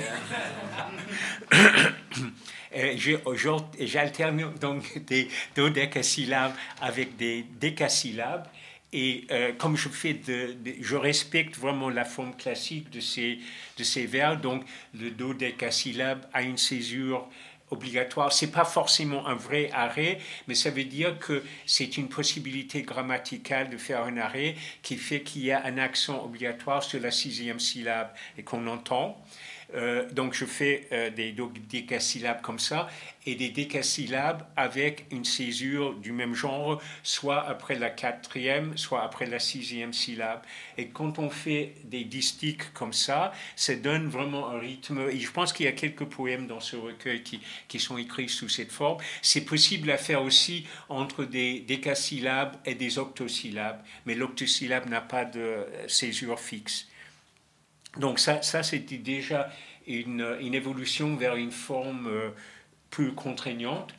euh, J'alterne donc des dodécasyllabes avec des décasyllabes. Et euh, comme je fais, de, de, je respecte vraiment la forme classique de ces, de ces vers, donc le dodécasyllabe a une césure obligatoire. C'est pas forcément un vrai arrêt, mais ça veut dire que c'est une possibilité grammaticale de faire un arrêt qui fait qu'il y a un accent obligatoire sur la sixième syllabe et qu'on entend. Euh, donc je fais euh, des décasyllabes comme ça et des décasyllabes avec une césure du même genre, soit après la quatrième, soit après la sixième syllabe. Et quand on fait des distiques comme ça, ça donne vraiment un rythme. Et je pense qu'il y a quelques poèmes dans ce recueil qui, qui sont écrits sous cette forme. C'est possible à faire aussi entre des décasyllabes et des octosyllabes, mais l'octosyllabe n'a pas de césure fixe. Donc ça, ça c'était déjà une, une évolution vers une forme euh, plus contraignante.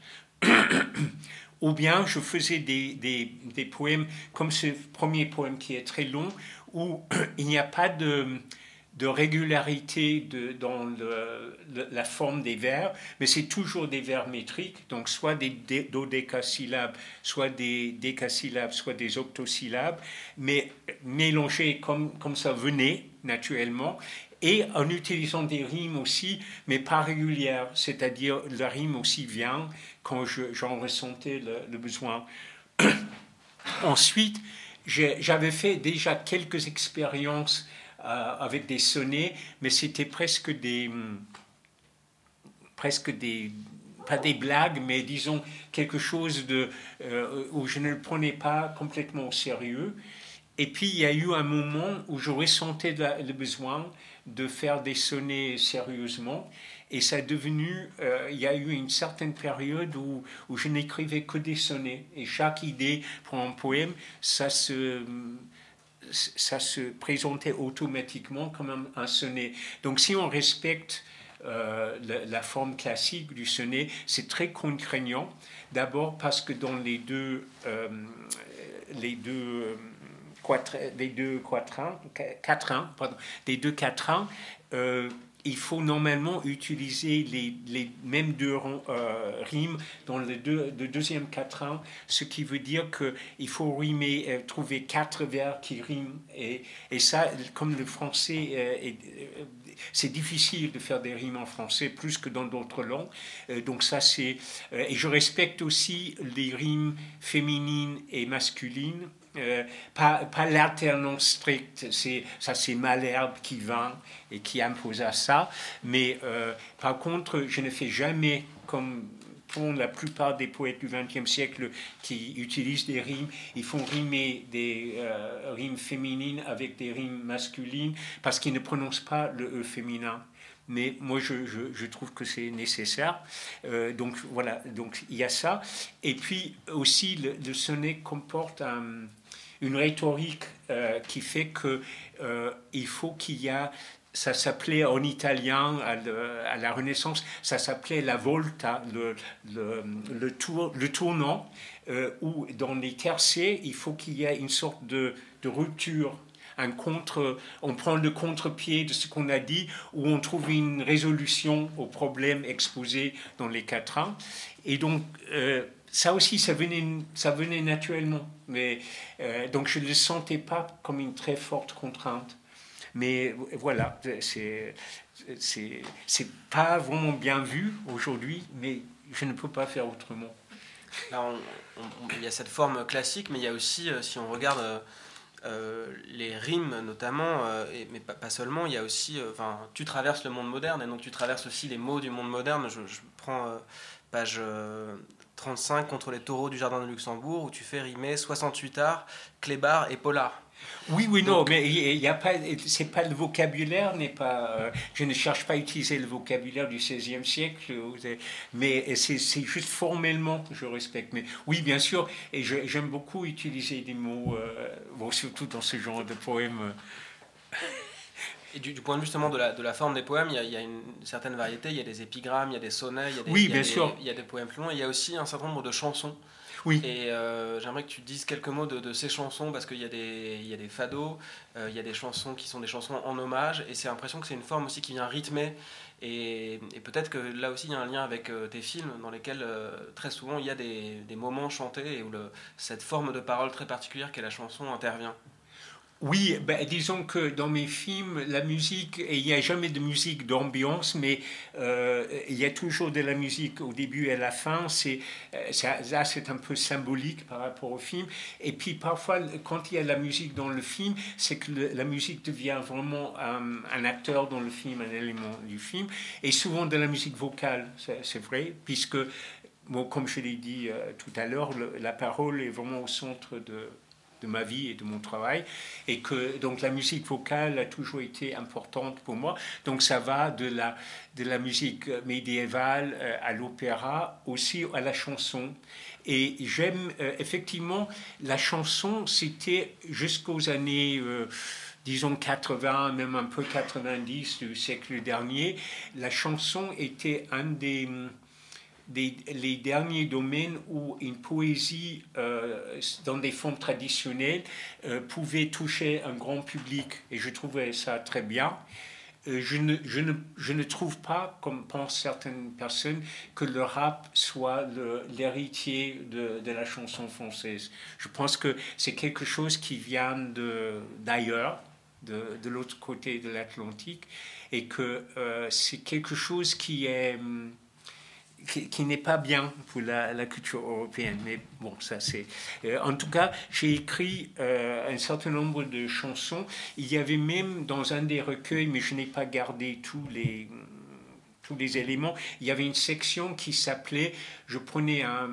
Ou bien je faisais des, des, des poèmes comme ce premier poème qui est très long, où il n'y a pas de, de régularité de, dans le, le, la forme des vers, mais c'est toujours des vers métriques, donc soit des dodécasyllabes, soit des décasyllabes, soit des octosyllabes, mais mélangés comme, comme ça venait naturellement, et en utilisant des rimes aussi, mais pas régulières, c'est-à-dire la rime aussi vient quand je, j'en ressentais le, le besoin. Ensuite, j'avais fait déjà quelques expériences euh, avec des sonnets, mais c'était presque des, presque des, pas des blagues, mais disons quelque chose de, euh, où je ne le prenais pas complètement au sérieux. Et puis, il y a eu un moment où je ressentais le besoin de faire des sonnets sérieusement. Et ça a devenu, euh, il y a eu une certaine période où, où je n'écrivais que des sonnets. Et chaque idée pour un poème, ça se, ça se présentait automatiquement comme un, un sonnet. Donc, si on respecte euh, la, la forme classique du sonnet, c'est très contraignant. D'abord parce que dans les deux... Euh, les deux euh, Quatre, des deux quatrains, quatrains, pardon, des deux quatrains, euh, il faut normalement utiliser les, les mêmes deux euh, rimes dans le, deux, le deuxième quatrain, ce qui veut dire qu'il faut rimer, euh, trouver quatre vers qui riment. Et, et ça, comme le français, euh, est, euh, c'est difficile de faire des rimes en français plus que dans d'autres langues. Euh, donc ça, c'est... Euh, et je respecte aussi les rimes féminines et masculines. Euh, pas, pas l'alternance stricte, c'est, ça c'est Malherbe qui vint et qui imposa ça, mais euh, par contre je ne fais jamais comme font la plupart des poètes du vingtième siècle qui utilisent des rimes, ils font rimer des euh, rimes féminines avec des rimes masculines parce qu'ils ne prononcent pas le E féminin. Mais moi, je, je, je trouve que c'est nécessaire. Euh, donc, voilà, donc il y a ça. Et puis, aussi, le, le sonnet comporte un, une rhétorique euh, qui fait qu'il euh, faut qu'il y a... Ça s'appelait en italien, à, le, à la Renaissance, ça s'appelait la volta, le, le, le, tour, le tournant, euh, où dans les tercets, il faut qu'il y ait une sorte de, de rupture. Un contre, on prend le contre-pied de ce qu'on a dit, où on trouve une résolution au problème exposé dans les quatrains. Et donc, euh, ça aussi, ça venait, ça venait naturellement. Mais, euh, donc, je ne le sentais pas comme une très forte contrainte. Mais voilà, c'est, c'est, c'est pas vraiment bien vu aujourd'hui, mais je ne peux pas faire autrement. Là, on, on, il y a cette forme classique, mais il y a aussi, euh, si on regarde... Euh, Euh, les rimes notamment, euh, et, mais pas, pas seulement, il y a aussi, euh, tu traverses le monde moderne, et donc tu traverses aussi les mots du monde moderne. Je, je prends euh, page, euh, trente-cinq contre les taureaux du jardin de Luxembourg, où tu fais rimer soixante-huit arts, clébard et polar. Oui, oui, Donc, non, mais il y a pas, c'est pas le vocabulaire n'est pas. Euh, je ne cherche pas à utiliser le vocabulaire du seizième siècle, mais c'est, c'est juste formellement que je respecte. Mais oui, bien sûr, et je, j'aime beaucoup utiliser des mots, euh, bon, surtout dans ce genre de poèmes. Et du, du point de vue justement de la, de la forme des poèmes, il y, a, il y a une certaine variété. Il y a des épigrammes, il y a des sonnets, il y a des, Oui, il y a bien des, sûr. il y a des poèmes plus longs. Et il y a aussi un certain nombre de chansons. Oui. Et euh, j'aimerais que tu dises quelques mots de, de ces chansons, parce qu'il y a des, il y a des fados, euh, il y a des chansons qui sont des chansons en hommage, et c'est l'impression que c'est une forme aussi qui vient rythmer. Et, et peut-être que là aussi il y a un lien avec euh, tes films, dans lesquels euh, très souvent il y a des, des moments chantés, et où le, cette forme de parole très particulière qu'est la chanson intervient. Oui, ben, disons que dans mes films, la musique, et il n'y a jamais de musique d'ambiance, mais euh, il y a toujours de la musique au début et à la fin. C'est, ça, ça, c'est un peu symbolique par rapport au film. Et puis parfois, quand il y a la musique dans le film, c'est que le, la musique devient vraiment un, un acteur dans le film, un élément du film. Et souvent de la musique vocale, c'est, c'est vrai, puisque, bon, comme je l'ai dit euh, tout à l'heure, le, la parole est vraiment au centre de de ma vie et de mon travail, et que donc la musique vocale a toujours été importante pour moi. Donc ça va de la, de la musique médiévale à l'opéra, aussi à la chanson. Et j'aime euh, effectivement la chanson, c'était jusqu'aux années... Euh, disons quatre-vingts, même un peu quatre-vingt-dix du siècle dernier, la chanson était un des... Des, les derniers domaines où une poésie euh, dans des formes traditionnelles euh, pouvait toucher un grand public, et je trouvais ça très bien. Euh, je, ne, je, ne, je ne trouve pas, comme pensent certaines personnes, que le rap soit le, l'héritier de, de la chanson française. Je pense que c'est quelque chose qui vient de, d'ailleurs, de, de l'autre côté de l'Atlantique, et que euh, c'est quelque chose qui est... Qui, qui n'est pas bien pour la, la culture européenne. Mais bon, ça c'est... Euh, en tout cas, j'ai écrit euh, un certain nombre de chansons. Il y avait même dans un des recueils, mais je n'ai pas gardé tous les, tous les éléments, il y avait une section qui s'appelait... Je prenais un...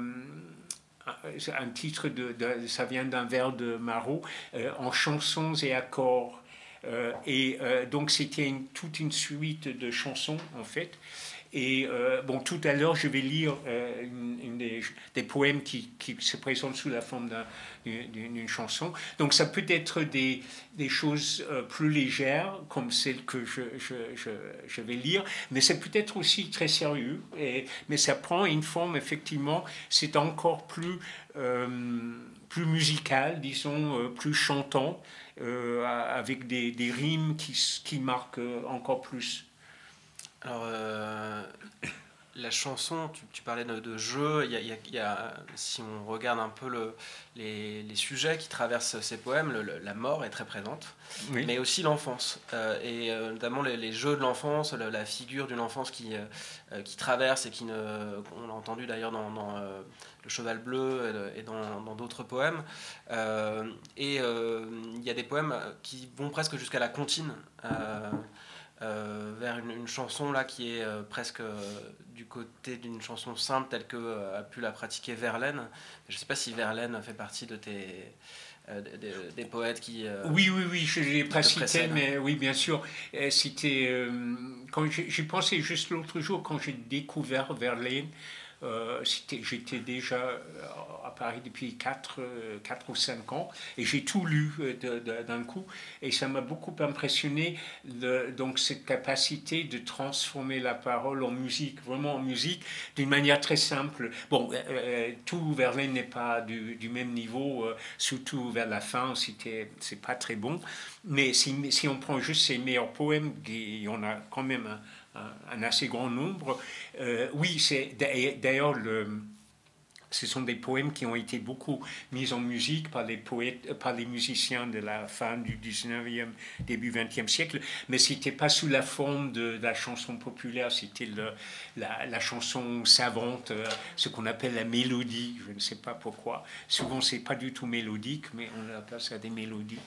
un titre, de, de, ça vient d'un vers de Marot, euh, en chansons et accords. Euh, et euh, donc c'était une, toute une suite de chansons, en fait. Et euh, bon, tout à l'heure, je vais lire euh, une, une des, des poèmes qui, qui se présentent sous la forme d'un, d'une, d'une chanson. Donc, ça peut être des, des choses euh, plus légères, comme celle que je, je, je, je vais lire, mais c'est peut-être aussi très sérieux. Et, mais ça prend une forme, effectivement, c'est encore plus, euh, plus musical, disons, euh, plus chantant, euh, avec des, des rimes qui, qui marquent encore plus. Alors, euh, la chanson, tu, tu parlais de, de jeu, il y a, il y a, il y a, si on regarde un peu le, les, les sujets qui traversent ces poèmes, le, le, la mort est très présente, oui. Mais aussi l'enfance, euh, et euh, notamment les, les jeux de l'enfance, le, la figure d'une enfance qui, euh, qui traverse, et qui ne, on l'a entendu d'ailleurs dans, dans euh, Le Cheval Bleu et dans, dans d'autres poèmes, euh, et euh, il y a des poèmes qui vont presque jusqu'à la comptine, euh, Euh, vers une, une chanson là qui est euh, presque euh, du côté d'une chanson simple telle que euh, a pu la pratiquer Verlaine. Je ne sais pas si Verlaine fait partie de tes euh, des, des poètes qui euh, oui oui oui je ne l'ai pas cité, mais oui bien sûr c'était euh, quand j'ai, j'ai pensé juste l'autre jour quand j'ai découvert Verlaine. Euh, j'étais déjà à Paris depuis quatre ou cinq ans et j'ai tout lu de, de, d'un coup, et ça m'a beaucoup impressionné, le, donc cette capacité de transformer la parole en musique, vraiment en musique, d'une manière très simple. Bon, euh, tout Verlaine n'est pas du, du même niveau, euh, surtout vers la fin, c'était, c'est pas très bon, mais si, si on prend juste ses meilleurs poèmes, il y en a quand même un un assez grand nombre. Euh, oui, c'est d'ailleurs le, ce sont des poèmes qui ont été beaucoup mis en musique par les poètes, par les musiciens de la fin du dix-neuvième, début vingtième siècle, mais c'était pas sous la forme de, de la chanson populaire, c'était le, la, la chanson savante, euh, ce qu'on appelle la mélodie. Je ne sais pas pourquoi. Souvent, c'est pas du tout mélodique, mais on appelle ça des mélodies.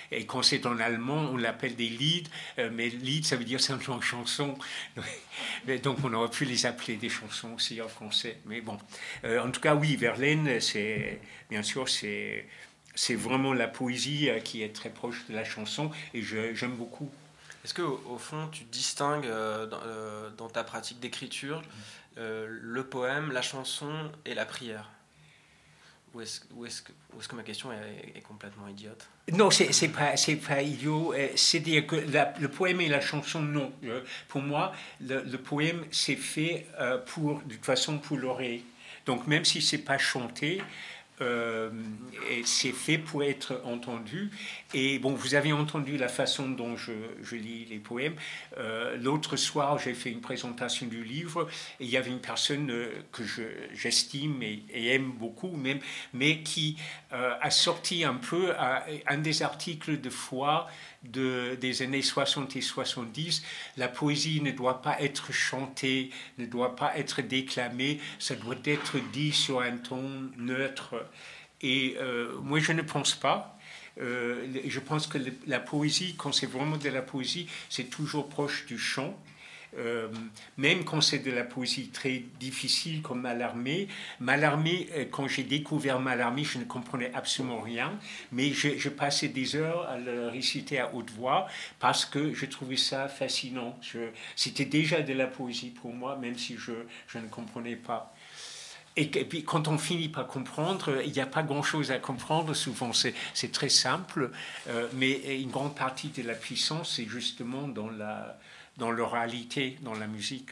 Et quand c'est en allemand, on l'appelle des Lied, euh, mais Lied, ça veut dire simplement chanson. Donc on aurait pu les appeler des chansons aussi en français. Mais bon, euh, en tout cas, oui, Verlaine, c'est, bien sûr, c'est, c'est vraiment la poésie euh, qui est très proche de la chanson, et je, j'aime beaucoup. Est-ce qu'au au fond, tu distingues euh, dans, euh, dans ta pratique d'écriture euh, le poème, la chanson et la prière ? Ou est-ce, ou est-ce, que, ou est-ce que ma question est, est complètement idiote ? Non, c'est, c'est, pas, c'est pas idiot. C'est-à-dire que la, le poème et la chanson, non. Pour moi, le, le poème, c'est fait euh, pour, de toute façon pour l'oreille. Donc même si c'est pas chanté, euh, c'est fait pour être entendu. Et bon, vous avez entendu la façon dont je, je lis les poèmes. Euh, l'autre soir, j'ai fait une présentation du livre, et il y avait une personne euh, que je, j'estime et, et aime beaucoup, même, mais qui euh, a sorti un peu à, un des articles de foi de, des années soixante et soixante-dix. La poésie ne doit pas être chantée, ne doit pas être déclamée, ça doit être dit sur un ton neutre. Et euh, moi, je ne pense pas. Euh, je pense que le, la poésie, quand c'est vraiment de la poésie, c'est toujours proche du chant. Euh, même quand c'est de la poésie très difficile comme Mallarmé. Mallarmé, quand j'ai découvert Mallarmé, je ne comprenais absolument rien, mais je, je passais des heures à le réciter à haute voix parce que je trouvais ça fascinant. Je, c'était déjà de la poésie pour moi, même si je, je ne comprenais pas. Et puis quand on finit par comprendre, il n'y a pas grand-chose à comprendre, souvent c'est, c'est très simple, euh, mais une grande partie de la puissance, c'est justement dans la... dans l'oralité, dans la musique.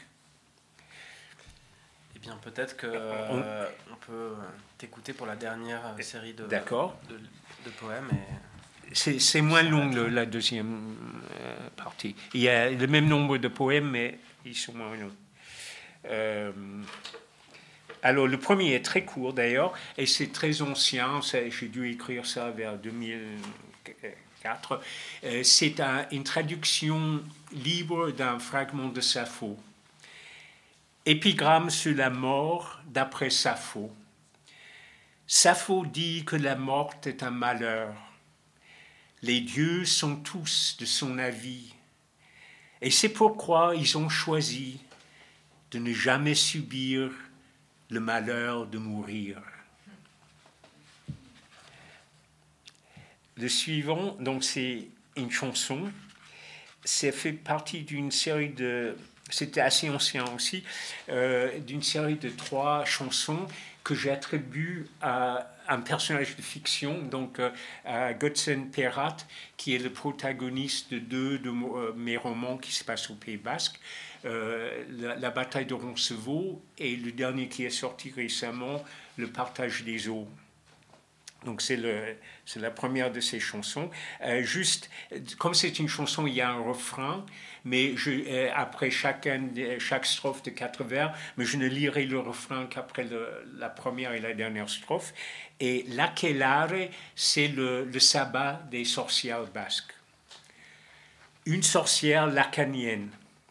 Eh bien, peut-être qu'on euh, on peut t'écouter pour la dernière série de, D'accord. de, de poèmes. Et... C'est, c'est moins long, le, la deuxième euh, partie. Il y a le même nombre de poèmes, mais ils sont moins longs. Euh, alors, le premier est très court, d'ailleurs, et c'est très ancien. C'est, j'ai dû écrire ça vers deux mille quatre. Euh, c'est un, une traduction libre d'un fragment de Sappho. Épigramme sur la mort d'après Sappho. Sappho dit que la morte est un malheur. Les dieux sont tous de son avis. Et c'est pourquoi ils ont choisi de ne jamais subir le malheur de mourir. Le suivant, donc, c'est une chanson. C'est fait partie d'une série de... C'était assez ancien aussi, euh, d'une série de trois chansons que j'attribue à un personnage de fiction, donc euh, à Godson Perrat, qui est le protagoniste de deux de euh, mes romans qui se passent au Pays Basque, euh, la, la bataille de Roncevaux et le dernier qui est sorti récemment, Le partage des eaux. Donc c'est, le, c'est la première de ces chansons. Euh, juste, comme c'est une chanson, il y a un refrain, mais je, euh, après chacun, chaque strophe de quatre vers, mais je ne lirai le refrain qu'après le, la première et la dernière strophe. Et l'aquelarre, c'est le, le sabbat des sorcières basques. Une sorcière lacanienne.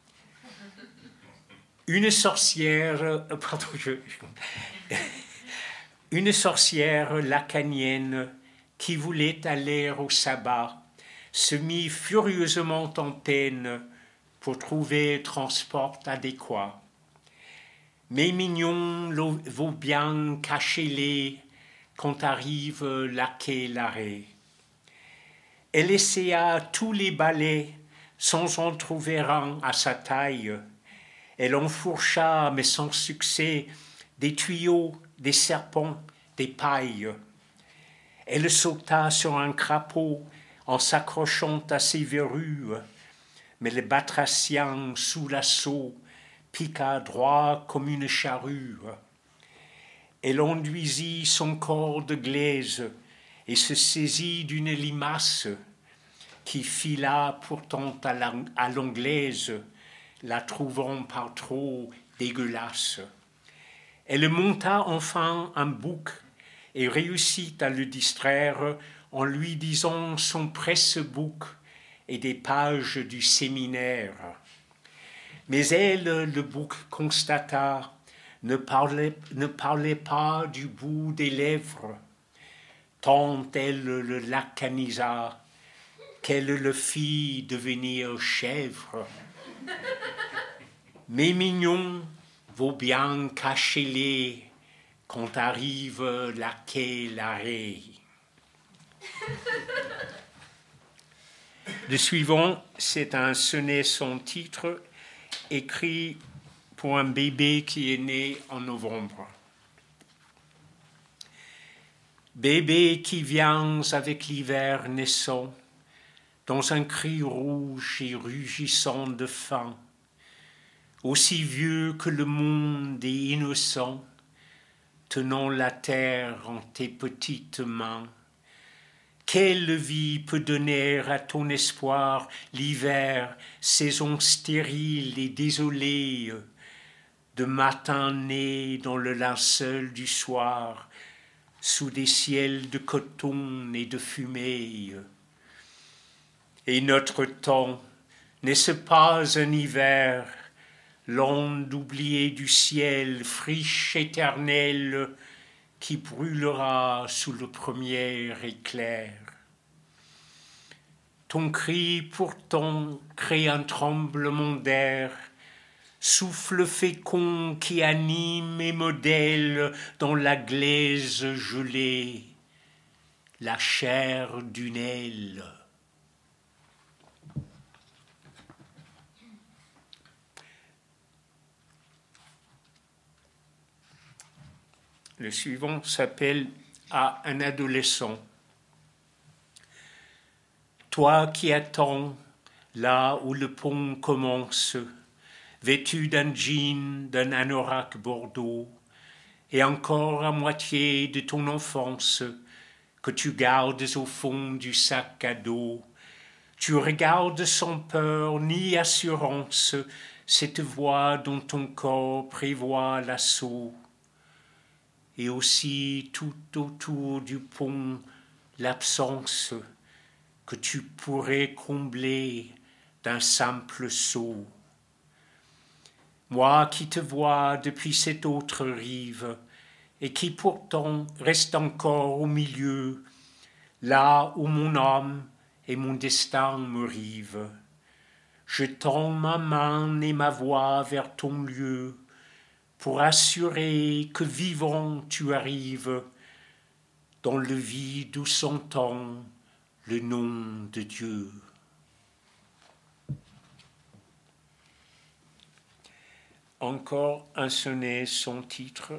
Une sorcière... Euh, pardon, je... je Une sorcière lacanienne qui voulait aller au sabbat se mit furieusement en peine pour trouver transport adéquat. Mes mignons vaut bien cacher-les quand arrive l'aquelarre. Elle essaya tous les balais sans en trouver un à sa taille. Elle enfourcha, mais sans succès, des tuyaux, des serpents, des pailles. Elle sauta sur un crapaud en s'accrochant à ses verrues, mais le batracien sous l'assaut piqua droit comme une charrue. Elle enduisit son corps de glaise et se saisit d'une limace qui fila pourtant à l'anglaise, la trouvant par trop dégueulasse. Elle monta enfin un bouc et réussit à le distraire en lui disant son presse-bouc et des pages du séminaire. Mais elle, le bouc constata, ne parlait, ne parlait pas du bout des lèvres, tant elle le lacanisa qu'elle le fit devenir chèvre. Mais mignon, vaut bien cacher-les quand arrive la quai l'arrêt. Le suivant, c'est un sonnet sans titre, écrit pour un bébé qui est né en novembre. Bébé qui viens avec l'hiver naissant, dans un cri rouge et rugissant de faim, aussi vieux que le monde et innocent, tenant la terre en tes petites mains. Quelle vie peut donner à ton espoir l'hiver, saison stérile et désolée, de matin né dans le linceul du soir, sous des ciels de coton et de fumée. Et notre temps, n'est-ce pas un hiver, l'onde oubliée du ciel, friche éternelle, qui brûlera sous le premier éclair. Ton cri pourtant crée un tremblement d'air, souffle fécond qui anime et modèle dans la glaise gelée la chair d'une aile. Le suivant s'appelle « À un adolescent ». Toi qui attends là où le pont commence, vêtu d'un jean, d'un anorak bordeaux, et encore à moitié de ton enfance que tu gardes au fond du sac à dos, tu regardes sans peur ni assurance cette voie dont ton corps prévoit l'assaut. Et aussi tout autour du pont l'absence que tu pourrais combler d'un simple saut. Moi qui te vois depuis cette autre rive et qui pourtant reste encore au milieu, là où mon âme et mon destin me rivent, je tends ma main et ma voix vers ton lieu, pour assurer que vivant tu arrives dans le vide où s'entend le nom de Dieu. Encore un sonnet sans titre.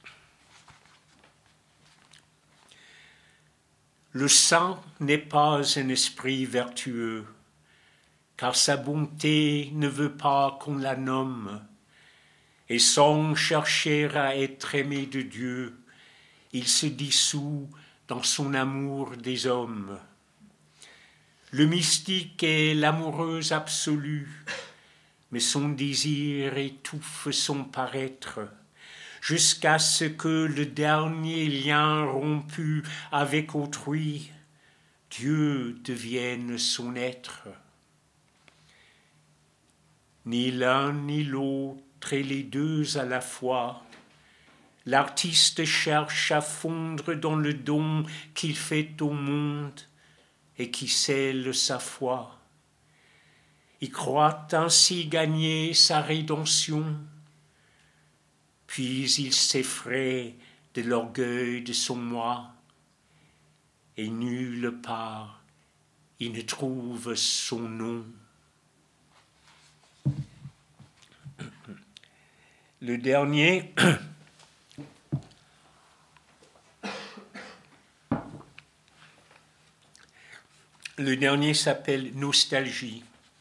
Le saint n'est pas un esprit vertueux, car sa bonté ne veut pas qu'on la nomme. Et sans chercher à être aimé de Dieu, il se dissout dans son amour des hommes. Le mystique est l'amoureuse absolue, mais son désir étouffe son paraître, jusqu'à ce que le dernier lien rompu avec autrui, Dieu devienne son être. Ni l'un ni l'autre, et les deux à la fois, l'artiste cherche à fondre dans le don qu'il fait au monde et qui scelle sa foi. Il croit ainsi gagner sa rédemption, puis il s'effraie de l'orgueil de son moi, et nulle part il ne trouve son nom. Le dernier, le dernier s'appelle Nostalgie.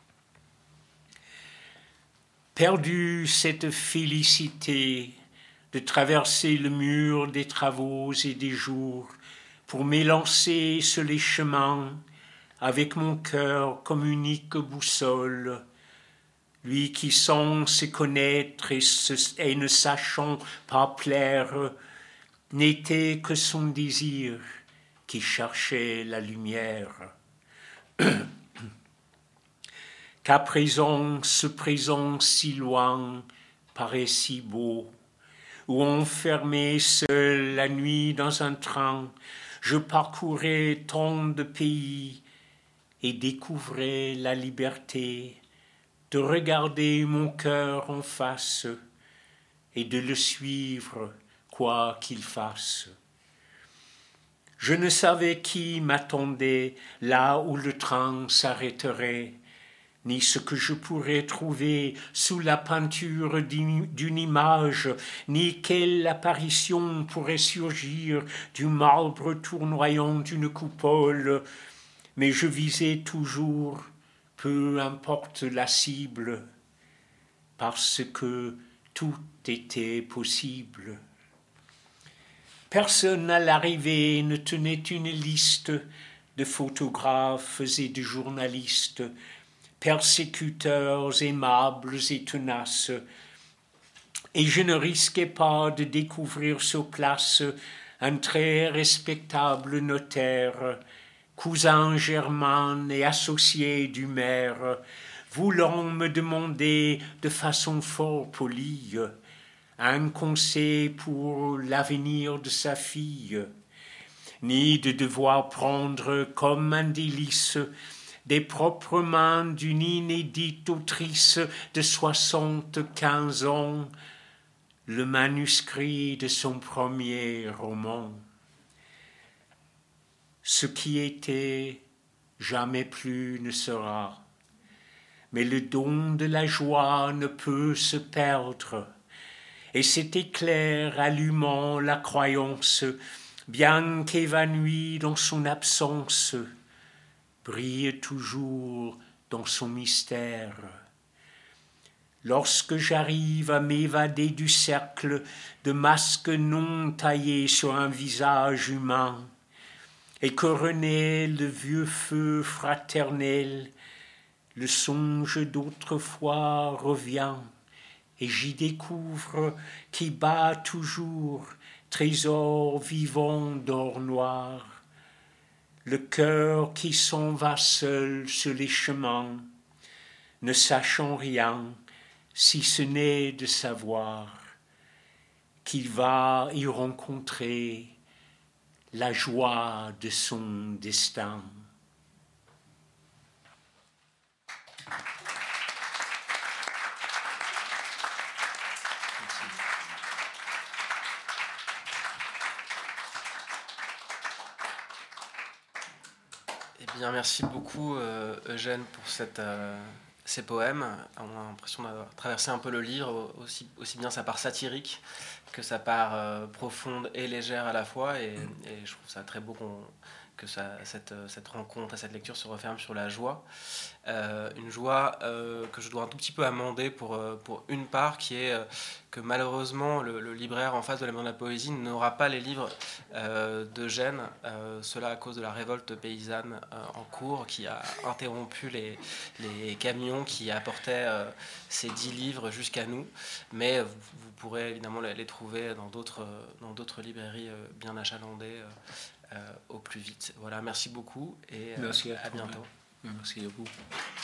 Perdu cette félicité de traverser le mur des travaux et des jours pour m'élancer sur les chemins avec mon cœur comme unique boussole, lui qui sans se connaître et, se, et ne sachant pas plaire, n'était que son désir qui cherchait la lumière. Qu'à présent, ce présent si loin paraît si beau, où enfermé seul la nuit dans un train, je parcourais tant de pays et découvrez la liberté de regarder mon cœur en face et de le suivre quoi qu'il fasse. Je ne savais qui m'attendait là où le train s'arrêterait, ni ce que je pourrais trouver sous la peinture d'une image, ni quelle apparition pourrait surgir du marbre tournoyant d'une coupole, mais je visais toujours, peu importe la cible, parce que tout était possible. Personne à l'arrivée ne tenait une liste de photographes et de journalistes, persécuteurs aimables et tenaces, et je ne risquais pas de découvrir sur place un très respectable notaire, cousin germain et associé du maire, voulant me demander de façon fort polie un conseil pour l'avenir de sa fille, ni de devoir prendre comme un délice des propres mains d'une inédite autrice de soixante-quinze ans le manuscrit de son premier roman. Ce qui était, jamais plus ne sera, mais le don de la joie ne peut se perdre, et cet éclair allumant la croyance, bien qu'évanouie dans son absence, brille toujours dans son mystère. Lorsque j'arrive à m'évader du cercle de masques non taillés sur un visage humain, et que renaît le vieux feu fraternel, le songe d'autrefois revient, et j'y découvre qui bat toujours, trésor vivant d'or noir, le cœur qui s'en va seul sur les chemins, ne sachant rien, si ce n'est de savoir qu'il va y rencontrer la joie de son destin. Eh bien, merci beaucoup euh, Eugène pour cette, euh, ces poèmes. On a l'impression d'avoir traversé un peu le livre, aussi, aussi bien sa part satirique que sa part euh, profonde et légère à la fois. Et, et je trouve ça très beau qu'on, que ça, cette, cette rencontre et cette lecture se referme sur la joie. Euh, une joie euh, que je dois un tout petit peu amender pour, euh, pour une part, qui est euh, que malheureusement le, le libraire en face de la Maison de la Poésie n'aura pas les livres euh, d'Eugène, euh, cela à cause de la révolte paysanne euh, en cours qui a interrompu les, les camions qui apportaient euh, ces dix livres jusqu'à nous, mais vous, vous pourrez évidemment les, les trouver dans d'autres, dans d'autres librairies euh, bien achalandées euh, au plus vite. Voilà, merci beaucoup et euh, merci à, à bientôt. Merci à vous.